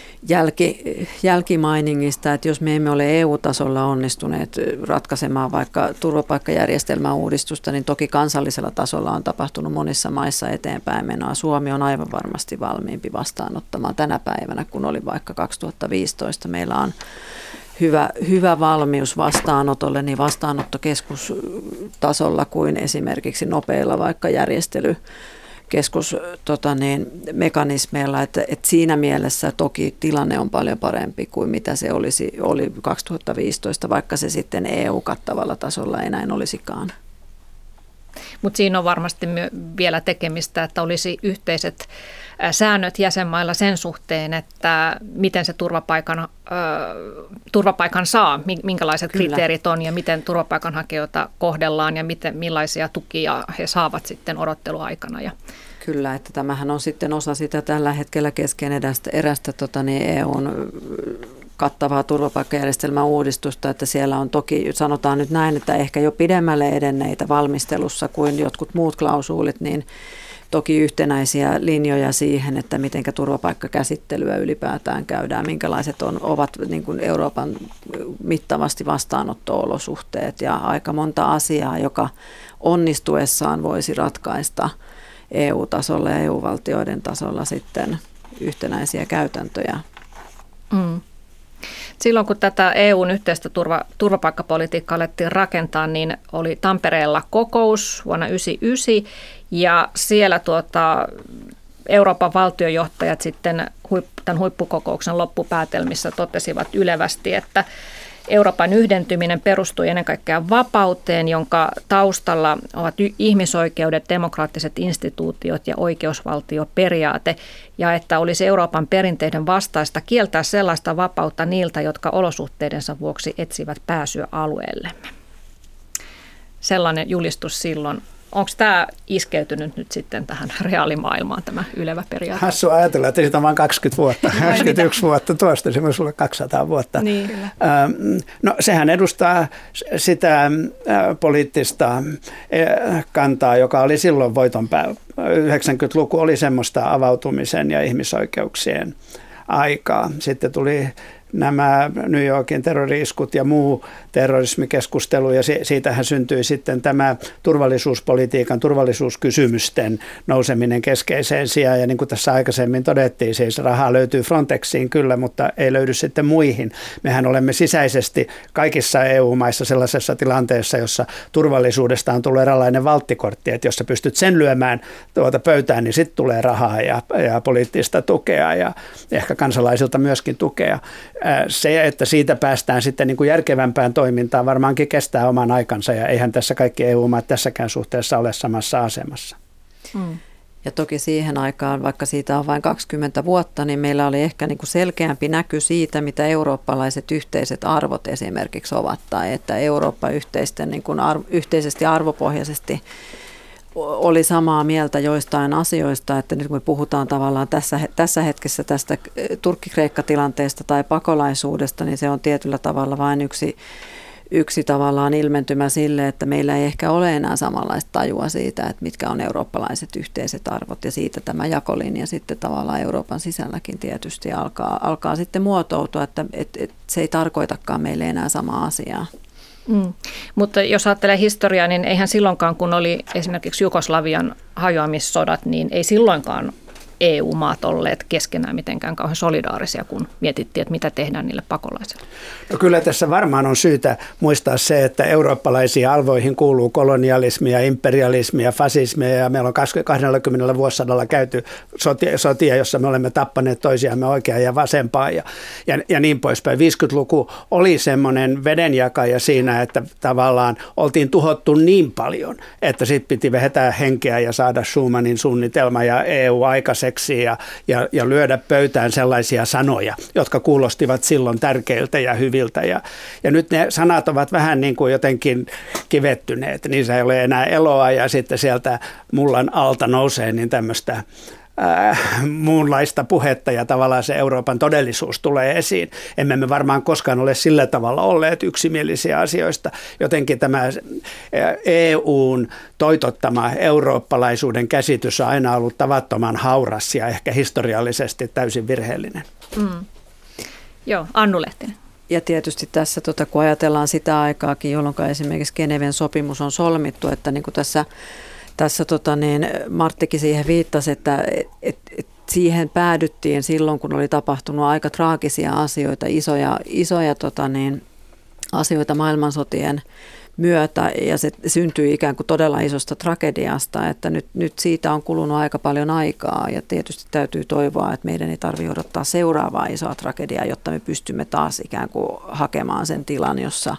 jälkimainingista, että jos me emme ole EU-tasolla onnistuneet ratkaisemaan vaikka turvapaikkajärjestelmän uudistusta, niin toki kansallisella tasolla on tapahtunut monissa maissa eteenpäin menoa. Suomi on aivan varmasti valmiimpi vastaanottamaan tänä päivänä, kun oli vaikka 2015. Meillä on hyvä valmius vastaanotolle niin vastaanottokeskustasolla kuin esimerkiksi nopeilla vaikka järjestelykeskusmekanismeilla, että siinä mielessä toki tilanne on paljon parempi kuin mitä se oli 2015, vaikka se sitten EU-kattavalla tasolla ei näin olisikaan. Mutta siinä on varmasti vielä tekemistä, että olisi yhteiset säännöt jäsenmailla sen suhteen, että miten se turvapaikan saa, minkälaiset Kyllä. kriteerit on ja miten turvapaikanhakijoita kohdellaan ja millaisia tukia he saavat sitten odotteluaikana. Kyllä, että tämähän on sitten osa sitä tällä hetkellä kesken erästä EUn kattavaa turvapaikkajärjestelmän uudistusta, että siellä on toki, sanotaan nyt näin, että ehkä jo pidemmälle edenneitä valmistelussa kuin jotkut muut klausuulit, niin toki yhtenäisiä linjoja siihen, että miten turvapaikkakäsittelyä ylipäätään käydään, minkälaiset ovat niin kuin Euroopan mittavasti vastaanotto-olosuhteet ja aika monta asiaa, joka onnistuessaan voisi ratkaista EU-tasolla ja EU-valtioiden tasolla sitten yhtenäisiä käytäntöjä. Mm. Silloin kun tätä EUn yhteistä turvapaikkapolitiikkaa alettiin rakentaa, niin oli Tampereella kokous vuonna 1999 ja siellä Euroopan valtiojohtajat sitten tämän huippukokouksen loppupäätelmissä totesivat ylevästi, että Euroopan yhdentyminen perustui ennen kaikkea vapauteen, jonka taustalla ovat ihmisoikeudet, demokraattiset instituutiot ja oikeusvaltioperiaate, ja että olisi Euroopan perinteiden vastaista kieltää sellaista vapautta niiltä, jotka olosuhteidensa vuoksi etsivät pääsyä alueellemme. Sellainen julistus silloin. Onko tämä iskeytynyt nyt sitten tähän reaalimaailmaan, tämä ylevä periaate? Hassu ajatella, että siitä on vain 20 vuotta, 21 vuotta tuosta, se voisi olla 200 vuotta. Niin. No sehän edustaa sitä poliittista kantaa, joka oli silloin voiton päällä. 90-luku oli semmoista avautumisen ja ihmisoikeuksien aikaa. Sitten tuli nämä New Yorkin terrori-iskut ja muu terrorismikeskustelu, ja siitähän syntyi sitten tämä turvallisuuspolitiikan, turvallisuuskysymysten nouseminen keskeiseen sijaan, ja niin kuin tässä aikaisemmin todettiin, siis rahaa löytyy Frontexiin kyllä, mutta ei löydy sitten muihin. Mehän olemme sisäisesti kaikissa EU-maissa sellaisessa tilanteessa, jossa turvallisuudesta on tullut eräänlainen valttikortti, että jos sä pystyt sen lyömään pöytään, niin sitten tulee rahaa ja poliittista tukea ja ehkä kansalaisilta myöskin tukea. Se, että siitä päästään sitten niin kuin järkevämpään toimintaan, varmaankin kestää oman aikansa, ja eihän tässä kaikki EU-maat tässäkään suhteessa ole samassa asemassa. Mm. Ja toki siihen aikaan, vaikka siitä on vain 20 vuotta, niin meillä oli ehkä niin kuin selkeämpi näky siitä, mitä eurooppalaiset yhteiset arvot esimerkiksi ovat, tai että Eurooppa niin kuin yhteisesti arvopohjaisesti oli samaa mieltä joistain asioista, että nyt kun me puhutaan tavallaan tässä hetkessä tästä Turkki-Kreikka-tilanteesta tai pakolaisuudesta, niin se on tietyllä tavalla vain yksi tavallaan ilmentymä sille, että meillä ei ehkä ole enää samanlaista tajua siitä, että mitkä on eurooppalaiset yhteiset arvot, ja siitä tämä jakolinja sitten tavallaan Euroopan sisälläkin tietysti alkaa sitten muotoutua, että se ei tarkoitakaan meille enää samaa asiaa. Mm. Mutta jos ajattelee historiaa, niin eihän silloinkaan, kun oli esimerkiksi Jugoslavian hajoamissodat, niin ei silloinkaan EU-maat olleet keskenään mitenkään kauhean solidaarisia, kun mietittiin, että mitä tehdään niille pakolaisille. No kyllä tässä varmaan on syytä muistaa se, että eurooppalaisiin arvoihin kuuluu kolonialismia, imperialismia, fasismia, ja meillä on 20 vuosisadalla käyty sotia, jossa me olemme tappaneet toisiamme oikeaan ja vasempaan ja niin poispäin. 50-luku oli semmoinen vedenjakaja siinä, että tavallaan oltiin tuhottu niin paljon, että sitten piti vetää henkeä ja saada Schumanin suunnitelma ja EU aikaiseksi ja lyödä pöytään sellaisia sanoja, jotka kuulostivat silloin tärkeiltä ja hyviltä. Ja nyt ne sanat ovat vähän niin kuin jotenkin kivettyneet. Niissä ei ole enää eloa, ja sitten sieltä mullan alta nousee niin tämmöistä muunlaista puhetta, ja tavallaan se Euroopan todellisuus tulee esiin. Emme me varmaan koskaan ole sillä tavalla olleet yksimielisiä asioista. Jotenkin tämä EUn toitottama eurooppalaisuuden käsitys on aina ollut tavattoman hauras ja ehkä historiallisesti täysin virheellinen. Mm. Joo, Annu Lehtinen. Ja tietysti tässä, kun ajatellaan sitä aikaakin, jolloin esimerkiksi Geneven sopimus on solmittu, että niin kuin tässä Marttikin siihen viittasi, että siihen päädyttiin silloin, kun oli tapahtunut aika traagisia asioita, isoja asioita maailmansotien myötä, ja se syntyi ikään kuin todella isosta tragediasta, että nyt siitä on kulunut aika paljon aikaa, ja tietysti täytyy toivoa, että meidän ei tarvitse odottaa seuraavaa isoa tragediaa, jotta me pystymme taas ikään kuin hakemaan sen tilan, jossa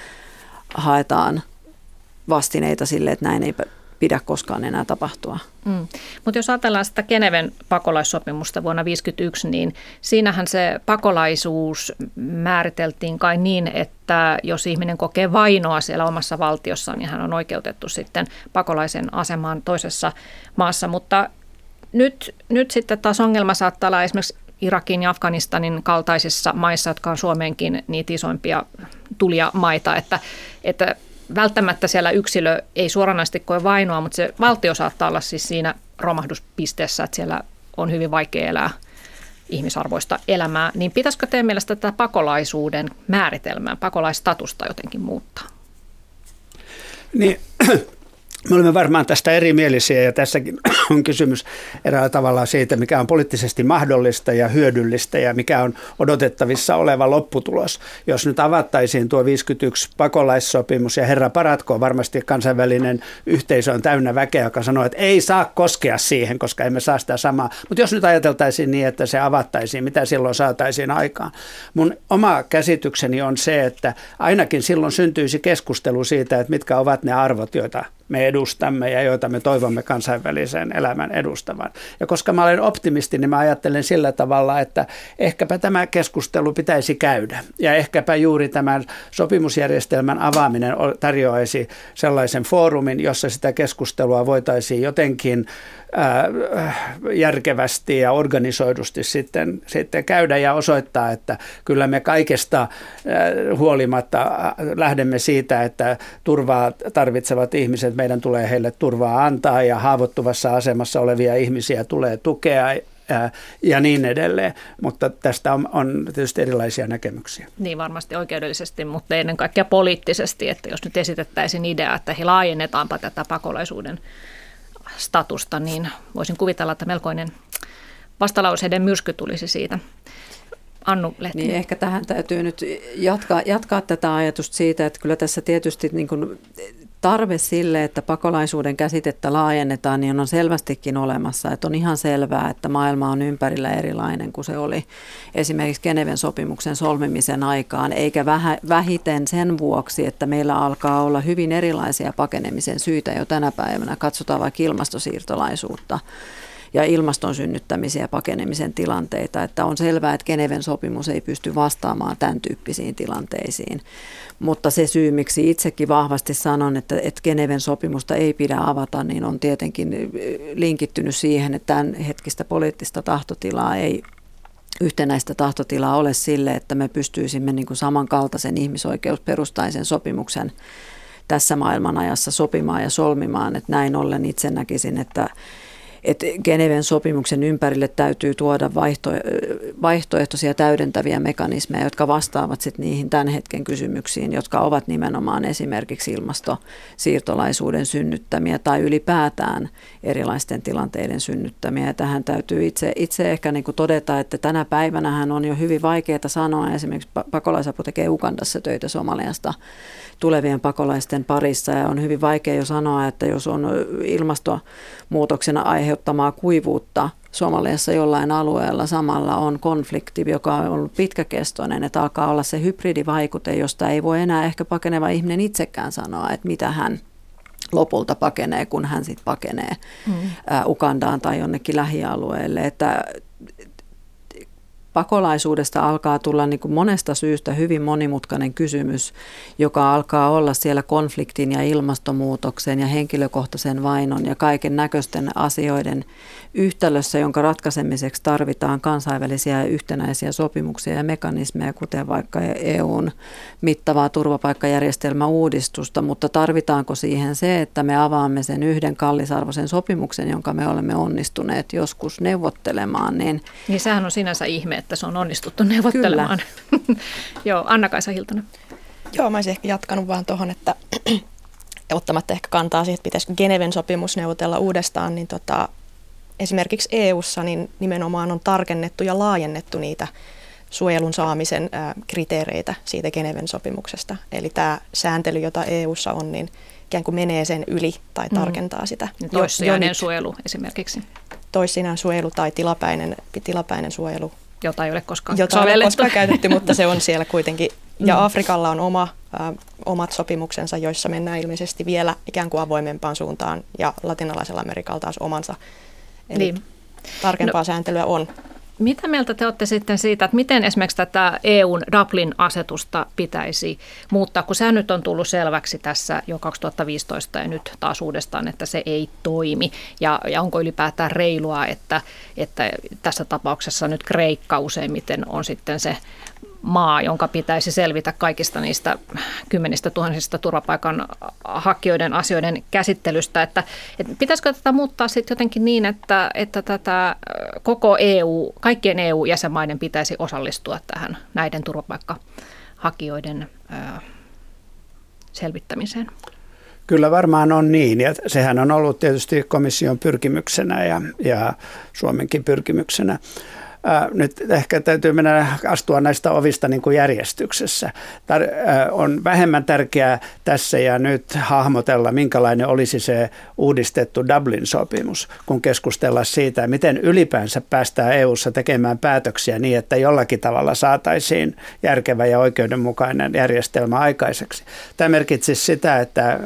haetaan vastineita sille, että näin ei pidä koskaan enää tapahtua. Mutta jos ajatellaan sitä Geneven pakolaissopimusta vuonna 1951, niin siinähän se pakolaisuus määriteltiin kai niin, että jos ihminen kokee vainoa siellä omassa valtiossaan, niin hän on oikeutettu sitten pakolaisen asemaan toisessa maassa. Mutta nyt sitten taas ongelma saattaa olla esimerkiksi Irakin ja Afganistanin kaltaisissa maissa, jotka on Suomeenkin niitä isoimpia tulijamaita, että välttämättä siellä yksilö ei suoranaisesti koe vainoa, mutta se valtio saattaa olla siis siinä romahduspisteessä, että siellä on hyvin vaikea elää ihmisarvoista elämää. Niin pitäisikö teidän mielestä tätä pakolaisuuden määritelmää, pakolaistatusta jotenkin muuttaa? Niin, me olemme varmaan tästä erimielisiä, ja tässäkin on kysymys eräällä tavalla siitä, mikä on poliittisesti mahdollista ja hyödyllistä ja mikä on odotettavissa oleva lopputulos. Jos nyt avattaisiin tuo 51 pakolaissopimus, ja herra paratkoon, varmasti kansainvälinen yhteisö on täynnä väkeä, joka sanoo, että ei saa koskea siihen, koska emme saa sitä samaa. Mutta jos nyt ajateltaisiin niin, että se avattaisiin, mitä silloin saataisiin aikaan? Mun oma käsitykseni on se, että ainakin silloin syntyisi keskustelu siitä, että mitkä ovat ne arvot, joita me edustamme ja joita me toivomme kansainvälisen elämän edustavan. Ja koska mä olen optimisti, niin mä ajattelen sillä tavalla, että ehkäpä tämä keskustelu pitäisi käydä. Ja ehkäpä juuri tämän sopimusjärjestelmän avaaminen tarjoaisi sellaisen foorumin, jossa sitä keskustelua voitaisiin jotenkin järkevästi ja organisoidusti sitten käydä ja osoittaa, että kyllä me kaikesta huolimatta lähdemme siitä, että turvaa tarvitsevat ihmiset, meidän tulee heille turvaa antaa ja haavoittuvassa asemassa olevia ihmisiä tulee tukea ja niin edelleen, mutta tästä on tietysti erilaisia näkemyksiä. Niin varmasti oikeudellisesti, mutta ennen kaikkea poliittisesti, että jos nyt esitettäisiin idea, että he laajennetaanpa tätä pakolaisuuden statusta, niin voisin kuvitella, että melkoinen vastalauseiden myrsky tulisi siitä. Annu Lehtinen. Niin ehkä tähän täytyy nyt jatkaa tätä ajatusta siitä, että kyllä tässä tietysti niin kuin tarve sille, että pakolaisuuden käsitettä laajennetaan, niin on selvästikin olemassa. Että on ihan selvää, että maailma on ympärillä erilainen kuin se oli esimerkiksi Geneven sopimuksen solmimisen aikaan, eikä vähiten sen vuoksi, että meillä alkaa olla hyvin erilaisia pakenemisen syitä jo tänä päivänä. Katsotaan vaikka ilmastosiirtolaisuutta ja ilmaston synnyttämisiä ja pakenemisen tilanteita, että on selvää, että Geneven sopimus ei pysty vastaamaan tämän tyyppisiin tilanteisiin. Mutta se syy, miksi itsekin vahvasti sanon, että Geneven sopimusta ei pidä avata, niin on tietenkin linkittynyt siihen, että tämän hetkistä poliittista tahtotilaa ei yhtenäistä tahtotilaa ole sille, että me pystyisimme niin kuin samankaltaisen ihmisoikeusperustaisen sopimuksen tässä maailmanajassa sopimaan ja solmimaan. Että näin ollen itse näkisin, että Geneven sopimuksen ympärille täytyy tuoda vaihtoehtoisia täydentäviä mekanismeja, jotka vastaavat sitten niihin tämän hetken kysymyksiin, jotka ovat nimenomaan esimerkiksi ilmastosiirtolaisuuden synnyttämiä tai ylipäätään erilaisten tilanteiden synnyttämiä. Ja tähän täytyy itse ehkä niin kuin todeta, että tänä päivänähän on jo hyvin vaikeaa sanoa. Esimerkiksi Pakolaisapu tekee Ugandassa töitä Somaliasta tulevien pakolaisten parissa, ja on hyvin vaikea jo sanoa, että jos on ilmastonmuutoksen aiheuttamaa kuivuutta Somaliassa jollain alueella, samalla on konflikti, joka on ollut pitkäkestoinen, että alkaa olla se hybridivaikute, josta ei voi enää ehkä pakeneva ihminen itsekään sanoa, että mitä hän lopulta pakenee, kun hän sitten pakenee Ugandaan tai jonnekin lähialueelle, että pakolaisuudesta alkaa tulla niin kuin monesta syystä hyvin monimutkainen kysymys, joka alkaa olla siellä konfliktin ja ilmastonmuutoksen ja henkilökohtaisen vainon ja kaiken näköisten asioiden yhtälössä, jonka ratkaisemiseksi tarvitaan kansainvälisiä yhtenäisiä sopimuksia ja mekanismeja, kuten vaikka EUn mittavaa turvapaikkajärjestelmäuudistusta, mutta tarvitaanko siihen se, että me avaamme sen yhden kallisarvoisen sopimuksen, jonka me olemme onnistuneet joskus neuvottelemaan. Niin sehän on sinänsä ihme, että se on onnistuttu neuvottelemaan. Joo, Anna-Kaisa Hiltonen. Joo, mä olisin ehkä jatkanut vaan tuohon, että ottamatta ehkä kantaa siihen, että pitäisikö Geneven sopimus neuvotella uudestaan, niin esimerkiksi EU:ssa niin nimenomaan on tarkennettu ja laajennettu niitä suojelun saamisen kriteereitä siitä Geneven sopimuksesta. Eli tämä sääntely, jota EU:ssa on, niin ikään kuin menee sen yli tai tarkentaa sitä. Toissijainen suojelu esimerkiksi. Toissijainen suojelu tai tilapäinen suojelu. Jota ei ole koskaan käytetty, mutta se on siellä kuitenkin. Ja Afrikalla on omat sopimuksensa, joissa mennään ilmeisesti vielä ikään kuin avoimempaan suuntaan, ja latinalaisella Amerikalla taas omansa. Eli tarkempaa sääntelyä on. Mitä mieltä te olette sitten siitä, että miten esimerkiksi tätä EUn Dublin-asetusta pitäisi muuttaa, kun sehän nyt on tullut selväksi tässä jo 2015 ja nyt taas uudestaan, että se ei toimi. Ja onko ylipäätään reilua, että tässä tapauksessa nyt Kreikka useimmiten on sitten se maa, jonka pitäisi selvitä kaikista niistä 10 000 turvapaikan hakijoiden asioiden käsittelystä. Että pitäisikö tätä muuttaa sitten jotenkin niin, että tätä koko kaikkien EU-jäsenmaiden pitäisi osallistua tähän näiden turvapaikkahakijoiden selvittämiseen? Kyllä varmaan on niin, ja sehän on ollut tietysti komission pyrkimyksenä ja Suomenkin pyrkimyksenä. Nyt ehkä täytyy astua näistä ovista niin kuin järjestyksessä. On vähemmän tärkeää tässä ja nyt hahmotella, minkälainen olisi se uudistettu Dublin-sopimus, kun keskustellaan siitä, miten ylipäänsä päästään EU:ssa tekemään päätöksiä niin, että jollakin tavalla saataisiin järkevä ja oikeudenmukainen järjestelmä aikaiseksi. Tämä merkitsisi sitä,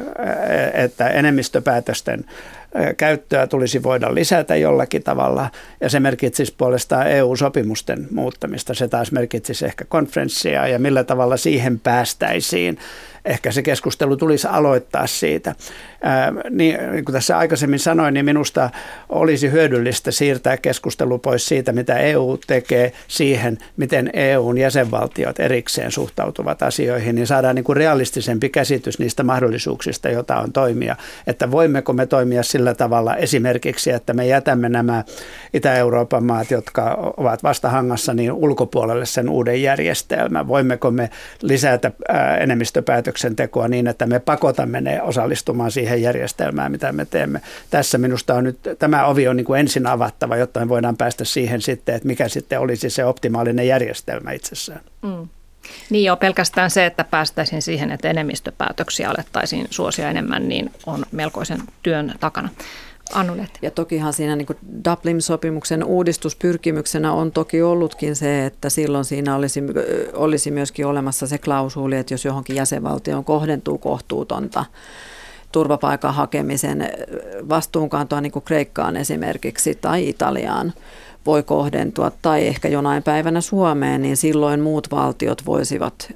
että enemmistöpäätösten käyttöä tulisi voida lisätä jollakin tavalla, ja se merkitsisi puolestaan EU-sopimusten muuttamista. Se taas merkitsisi ehkä konferenssia, ja millä tavalla siihen päästäisiin. Ehkä se keskustelu tulisi aloittaa siitä. Niin kuin tässä aikaisemmin sanoin, niin minusta olisi hyödyllistä siirtää keskustelu pois siitä, mitä EU tekee, siihen, miten EUn jäsenvaltiot erikseen suhtautuvat asioihin, niin saadaan niin kuin realistisempi käsitys niistä mahdollisuuksista, joita on toimia. Että voimmeko me toimia sillä tavalla esimerkiksi, että me jätämme nämä Itä-Euroopan maat, jotka ovat vastahangassa, niin ulkopuolelle sen uuden järjestelmän. Voimmeko me lisätä enemmistöpäätöksentekoa niin, että me pakotamme ne osallistumaan siihen järjestelmään, mitä me teemme. Tässä minusta on nyt, tämä ovi on niin kuin ensin avattava, jotta me voidaan päästä siihen sitten, että mikä sitten olisi se optimaalinen järjestelmä itsessään. Niin jo pelkästään se, että päästäisiin siihen, että enemmistöpäätöksiä alettaisiin suosia enemmän, niin on melkoisen työn takana. Annu-Lehti. Ja tokihan siinä niin kuin Dublin-sopimuksen uudistuspyrkimyksenä on toki ollutkin se, että silloin siinä olisi myöskin olemassa se klausuuli, että jos johonkin jäsenvaltioon kohdentuu kohtuutonta turvapaikan hakemisen vastuunkantoa, niin kuin Kreikkaan esimerkiksi tai Italiaan voi kohdentua, tai ehkä jonain päivänä Suomeen, niin silloin muut valtiot voisivat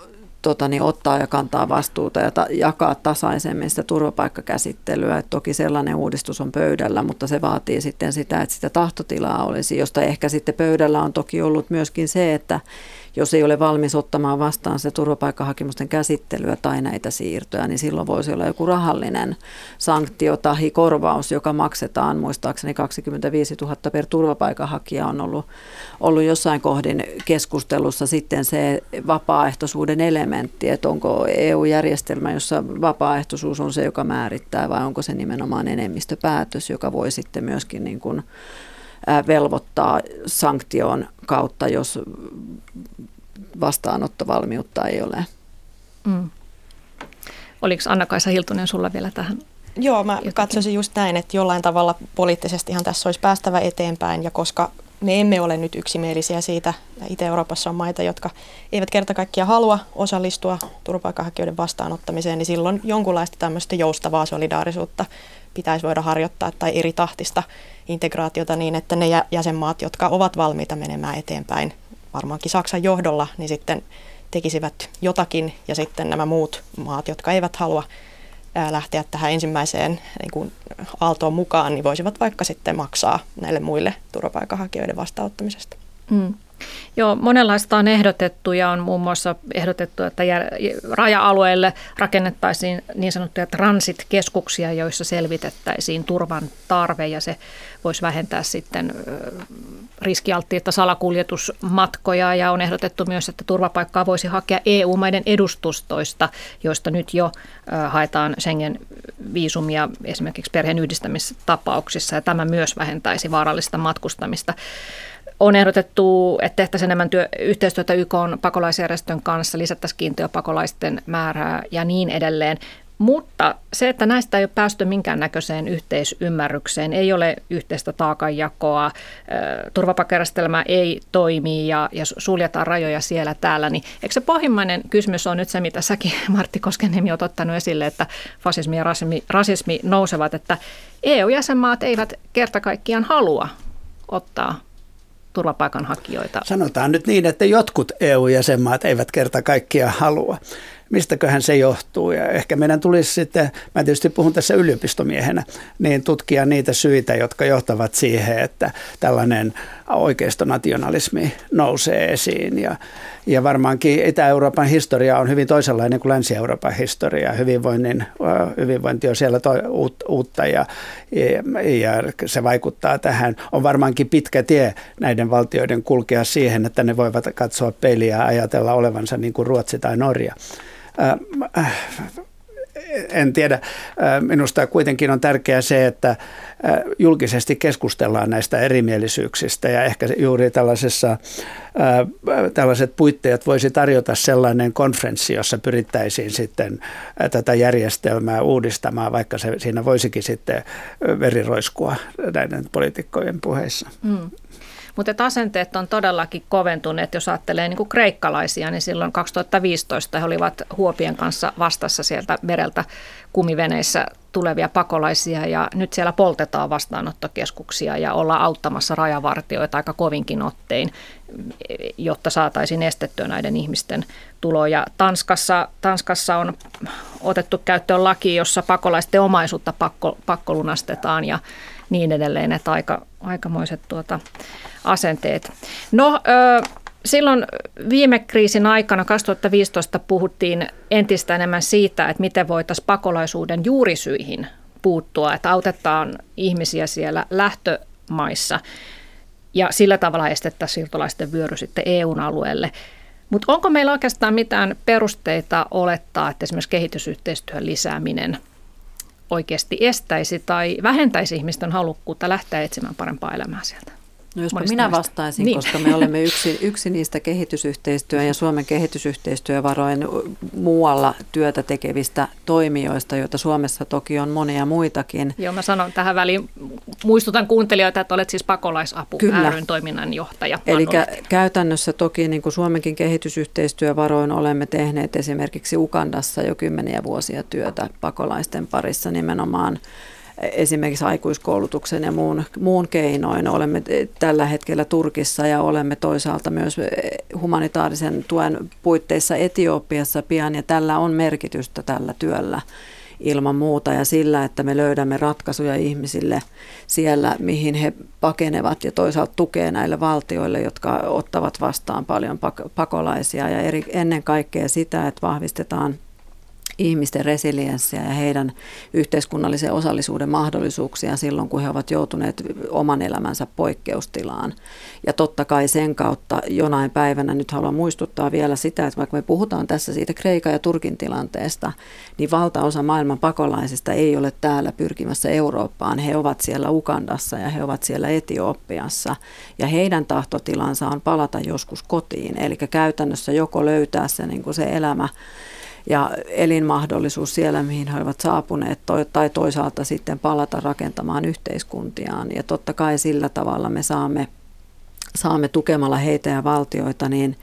ottaa ja kantaa vastuuta ja jakaa tasaisemmin sitä turvapaikkakäsittelyä. Et toki sellainen uudistus on pöydällä, mutta se vaatii sitten sitä, että sitä tahtotilaa olisi, josta ehkä sitten pöydällä on toki ollut myöskin se, että jos ei ole valmis ottamaan vastaan se turvapaikkahakemusten käsittelyä tai näitä siirtoja, niin silloin voisi olla joku rahallinen sanktio tai korvaus, joka maksetaan. Muistaakseni 25 000 per turvapaikanhakija on ollut jossain kohdin keskustelussa sitten se vapaaehtoisuuden elementti, että onko EU-järjestelmä, jossa vapaaehtoisuus on se, joka määrittää, vai onko se nimenomaan enemmistöpäätös, joka voi sitten myöskin niin kuin velvoittaa sanktion kautta, jos vastaanottovalmiutta ei ole. Oliko Anna-Kaisa Hiltunen sulla vielä tähän? Joo, mä katsoisin just näin, että jollain tavalla poliittisestihan tässä olisi päästävä eteenpäin, ja koska me emme ole nyt yksimielisiä siitä, Itä-Euroopassa on maita, jotka eivät kerta kaikkiaan halua osallistua turvapaikanhakijoiden vastaanottamiseen, niin silloin jonkunlaista tämmöistä joustavaa solidaarisuutta pitäisi voida harjoittaa tai eri tahtista integraatiota niin, että ne jäsenmaat, jotka ovat valmiita menemään eteenpäin, varmaankin Saksan johdolla, niin sitten tekisivät jotakin, ja sitten nämä muut maat, jotka eivät halua lähteä tähän ensimmäiseen niin kuin aaltoon mukaan, niin voisivat vaikka sitten maksaa näille muille turvapaikanhakijoiden vastaanottamisesta. Joo, monenlaista on ehdotettu, ja on muun muassa ehdotettu, että raja-alueille rakennettaisiin niin sanottuja transit-keskuksia, joissa selvitettäisiin turvan tarve, ja se voisi vähentää sitten riskialttiita salakuljetusmatkoja ja on ehdotettu myös, että turvapaikkaa voisi hakea EU-maiden edustustoista, joista nyt jo haetaan Schengen-viisumia esimerkiksi perheenyhdistämistapauksissa ja tämä myös vähentäisi vaarallista matkustamista. On ehdotettu, että tehtäisiin enemmän yhteistyötä YK:n pakolaisjärjestön kanssa, lisättäisiin kiintiöpakolaisten määrää ja niin edelleen. Mutta se, että näistä ei ole päästy minkäännäköiseen yhteisymmärrykseen, ei ole yhteistä taakanjakoa, turvapaikkajärjestelmä ei toimi ja suljetaan rajoja siellä täällä, niin eikö se pohjimmainen kysymys on nyt se, mitä säkin Martti Koskenniemi olet ottanut esille, että fasismi ja rasismi nousevat, että EU-jäsenmaat eivät kerta kaikkiaan halua ottaa turvapaikanhakijoita? Sanotaan nyt niin, että jotkut EU-jäsenmaat eivät kerta kaikkiaan halua. Mistäköhän se johtuu? Ja ehkä meidän tulisi sitten, mä tietysti puhun tässä yliopistomiehenä, niin tutkia niitä syitä, jotka johtavat siihen, että tällainen oikeistonationalismi nousee esiin. Ja varmaankin Itä-Euroopan historia on hyvin toisenlainen kuin Länsi-Euroopan historia. Hyvinvointi on siellä uutta ja se vaikuttaa tähän. On varmaankin pitkä tie näiden valtioiden kulkea siihen, että ne voivat katsoa peiliä ja ajatella olevansa niin kuin Ruotsi tai Norja. En tiedä. Minusta kuitenkin on tärkeää se, että julkisesti keskustellaan näistä erimielisyyksistä ja ehkä juuri tällaiset puitteet voisi tarjota sellainen konferenssi, jossa pyrittäisiin sitten tätä järjestelmää uudistamaan, vaikka siinä voisikin sitten veriroiskua näiden poliitikkojen puheissa. Mutta asenteet on todellakin koventuneet, jos ajattelee niin kuin kreikkalaisia, niin silloin 2015 he olivat huopien kanssa vastassa sieltä mereltä kumiveneissä tulevia pakolaisia ja nyt siellä poltetaan vastaanottokeskuksia ja ollaan auttamassa rajavartioita aika kovinkin ottein, jotta saataisiin estettyä näiden ihmisten tulo. Ja Tanskassa on otettu käyttöön laki, jossa pakolaisten omaisuutta pakkolunastetaan ja niin edelleen, että aikamoiset asenteet. No, silloin viime kriisin aikana 2015 puhuttiin entistä enemmän siitä, että miten voitaisiin pakolaisuuden juurisyihin puuttua, että autetaan ihmisiä siellä lähtömaissa ja sillä tavalla estettäisiin siirtolaisten vyöry sitten EUn alueelle. Mutta onko meillä oikeastaan mitään perusteita olettaa, että esimerkiksi kehitysyhteistyön lisääminen oikeasti estäisi tai vähentäisi ihmisten halukkuutta lähteä etsimään parempaa elämää sieltä? No jospa minä vastaisin, niin. Koska me olemme yksi niistä kehitysyhteistyön ja Suomen kehitysyhteistyövarojen muualla työtä tekevistä toimijoista, joita Suomessa toki on monia muitakin. Joo, mä sanon tähän väliin, muistutan kuuntelijoita, että olet siis Pakolaisapu ry:n toiminnanjohtaja. Eli käytännössä toki niin kuin Suomenkin kehitysyhteistyövaroin olemme tehneet esimerkiksi Ugandassa jo 10 vuosia työtä pakolaisten parissa nimenomaan. Esimerkiksi aikuiskoulutuksen ja muun keinoin. Olemme tällä hetkellä Turkissa ja olemme toisaalta myös humanitaarisen tuen puitteissa Etiopiassa pian. Ja tällä on merkitystä tällä työllä ilman muuta ja sillä, että me löydämme ratkaisuja ihmisille siellä, mihin he pakenevat ja toisaalta tukee näille valtioille, jotka ottavat vastaan paljon pakolaisia. Ja ennen kaikkea sitä, että vahvistetaan ihmisten resilienssiä ja heidän yhteiskunnallisen osallisuuden mahdollisuuksia silloin, kun he ovat joutuneet oman elämänsä poikkeustilaan. Ja totta kai sen kautta jonain päivänä nyt haluan muistuttaa vielä sitä, että vaikka me puhutaan tässä siitä Kreikan ja Turkin tilanteesta, niin valtaosa maailman pakolaisista ei ole täällä pyrkimässä Eurooppaan. He ovat siellä Ugandassa ja he ovat siellä Etiopiassa ja heidän tahtotilansa on palata joskus kotiin. Eli käytännössä joko löytää se, niin kuin se elämä ja elinmahdollisuus siellä, mihin he ovat saapuneet, tai toisaalta sitten palata rakentamaan yhteiskuntiaan. Ja totta kai sillä tavalla me saamme tukemalla heitä ja valtioita niin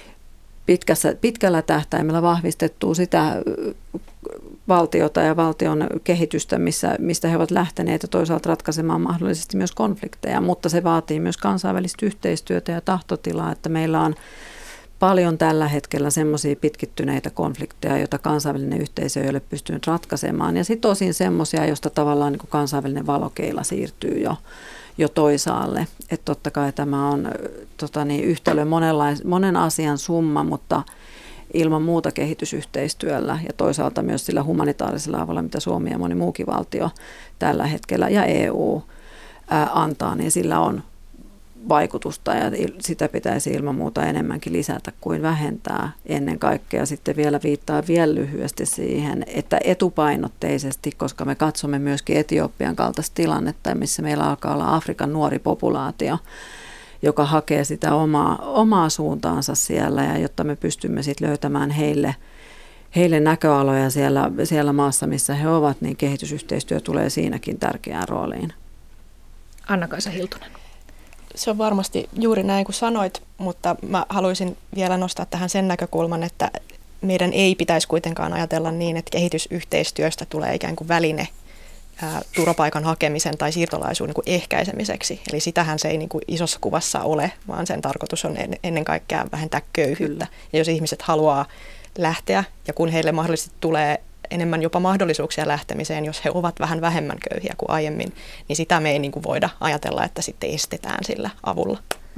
pitkällä tähtäimellä vahvistettua sitä valtiota ja valtion kehitystä, mistä he ovat lähteneet ja toisaalta ratkaisemaan mahdollisesti myös konflikteja. Mutta se vaatii myös kansainvälistä yhteistyötä ja tahtotilaa, että meillä on paljon tällä hetkellä semmoisia pitkittyneitä konflikteja, joita kansainvälinen yhteisö ei ole pystynyt ratkaisemaan. Ja sitten osin semmoisia, joista tavallaan niin kuin kansainvälinen valokeila siirtyy jo toisaalle. Että totta kai tämä on yhtälö monen asian summa, mutta ilman muuta kehitysyhteistyöllä ja toisaalta myös sillä humanitaarisella avulla, mitä Suomi ja moni muukin valtio tällä hetkellä ja EU antaa, niin sillä on vaikutusta ja sitä pitäisi ilman muuta enemmänkin lisätä kuin vähentää. Ennen kaikkea sitten vielä viittaa vielä lyhyesti siihen, että etupainotteisesti, koska me katsomme myöskin Etiopian kaltaista tilannetta, missä meillä alkaa olla Afrikan nuori populaatio, joka hakee sitä omaa suuntaansa siellä, ja jotta me pystymme sitten löytämään heille näköaloja siellä maassa, missä he ovat, niin kehitysyhteistyö tulee siinäkin tärkeään rooliin. Anna-Kaisa Hiltunen. Se on varmasti juuri näin kuin sanoit, mutta mä haluaisin vielä nostaa tähän sen näkökulman, että meidän ei pitäisi kuitenkaan ajatella niin, että kehitysyhteistyöstä tulee ikään kuin väline turvapaikan hakemisen tai siirtolaisuuden niin ehkäisemiseksi. Eli sitähän se ei niin kuin isossa kuvassa ole, vaan sen tarkoitus on ennen kaikkea vähentää köyhyyttä. Kyllä. Ja jos ihmiset haluaa lähteä ja kun heille mahdollisesti tulee enemmän jopa mahdollisuuksia lähtemiseen, jos he ovat vähän vähemmän köyhiä kuin aiemmin, niin sitä me ei niin kuin voida ajatella, että sitten estetään sillä avulla.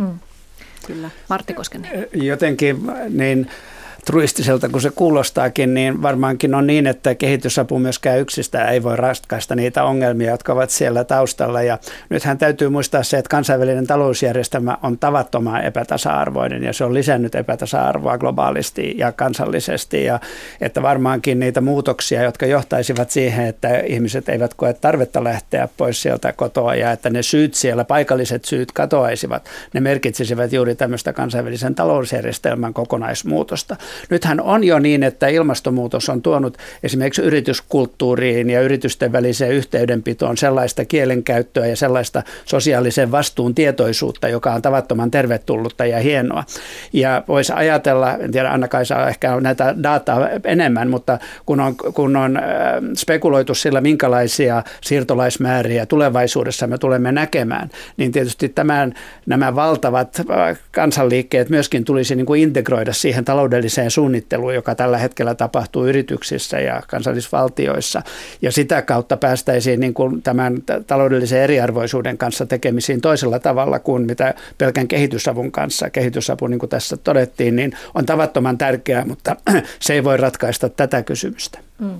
Kyllä. Martti Koskenniemi. Jotenkin niin truistiselta kuin se kuulostaakin, niin varmaankin on niin, että kehitysapu myöskään yksistään ei voi ratkaista niitä ongelmia, jotka ovat siellä taustalla. Ja nythän täytyy muistaa se, että kansainvälinen talousjärjestelmä on tavattoman epätasa-arvoinen ja se on lisännyt epätasa-arvoa globaalisti ja kansallisesti. Ja että varmaankin niitä muutoksia, jotka johtaisivat siihen, että ihmiset eivät koe tarvetta lähteä pois sieltä kotoa ja että ne syyt siellä, paikalliset syyt katoaisivat, ne merkitsisivät juuri tämmöistä kansainvälisen talousjärjestelmän kokonaismuutosta. Nythän on jo niin, että ilmastonmuutos on tuonut esimerkiksi yrityskulttuuriin ja yritysten väliseen yhteydenpitoon sellaista kielenkäyttöä ja sellaista sosiaalisen vastuun tietoisuutta, joka on tavattoman tervetullutta ja hienoa. Ja voisi ajatella, en tiedä Anna-Kaisa ehkä on näitä dataa enemmän, mutta kun on spekuloitu sillä, minkälaisia siirtolaismääriä tulevaisuudessa me tulemme näkemään, niin tietysti nämä valtavat kansanliikkeet myöskin tulisi niin kuin integroida siihen taloudelliseen suunnitteluun, joka tällä hetkellä tapahtuu yrityksissä ja kansallisvaltioissa. Ja sitä kautta päästäisiin niin kuin tämän taloudellisen eriarvoisuuden kanssa tekemisiin toisella tavalla kuin mitä pelkän kehitysavun kanssa. Kehitysapu, niin kuin tässä todettiin, niin on tavattoman tärkeää, mutta se ei voi ratkaista tätä kysymystä.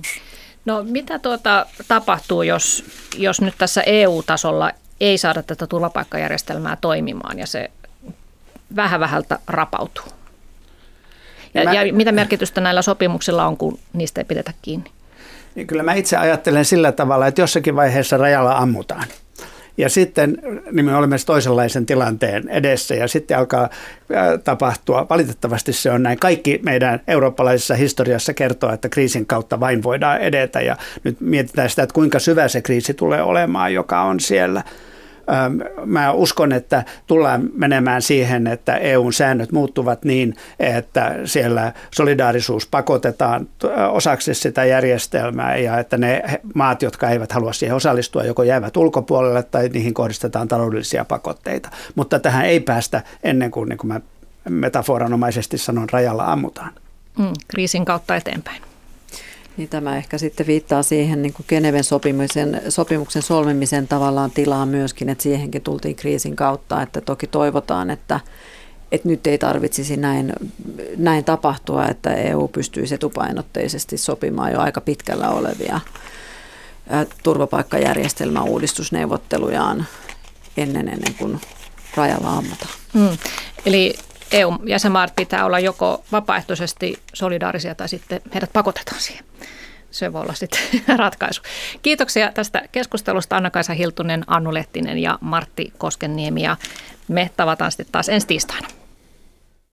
No mitä tapahtuu, jos nyt tässä EU-tasolla ei saada tätä turvapaikkajärjestelmää toimimaan ja se vähältä rapautuu? Ja mitä merkitystä näillä sopimuksilla on, kun niistä ei pidetä kiinni? Niin kyllä mä itse ajattelen sillä tavalla, että jossakin vaiheessa rajalla ammutaan. Ja sitten niin me olemme toisenlaisen tilanteen edessä ja sitten alkaa tapahtua. Valitettavasti se on näin. Kaikki meidän eurooppalaisessa historiassa kertoo, että kriisin kautta vain voidaan edetä. Ja nyt mietitään sitä, että kuinka syvä se kriisi tulee olemaan, joka on siellä. Mä uskon, että tullaan menemään siihen, että EUn säännöt muuttuvat niin, että siellä solidaarisuus pakotetaan osaksi sitä järjestelmää ja että ne maat, jotka eivät halua siihen osallistua, joko jäävät ulkopuolelle tai niihin kohdistetaan taloudellisia pakotteita. Mutta tähän ei päästä ennen kuin, niin kuin mä metaforanomaisesti sanon, rajalla ammutaan. Kriisin kautta eteenpäin. Niin tämä ehkä sitten viittaa siihen niin kuin Geneven sopimuksen solmimisen tavallaan tilaan myöskin, että siihenkin tultiin kriisin kautta, että toki toivotaan, että nyt ei tarvitsisi näin tapahtua, että EU pystyisi etupainotteisesti sopimaan jo aika pitkällä olevia turvapaikkajärjestelmän uudistusneuvottelujaan ennen kuin rajalla ammutaan. Eli EU-jäsenmaat pitää olla joko vapaaehtoisesti solidaarisia tai sitten heidät pakotetaan siihen. Se voi olla sitten ratkaisu. Kiitoksia tästä keskustelusta Anna-Kaisa Hiltunen, Annu Lehtinen ja Martti Koskenniemi. Ja me tavataan sitten taas ensi tiistaina.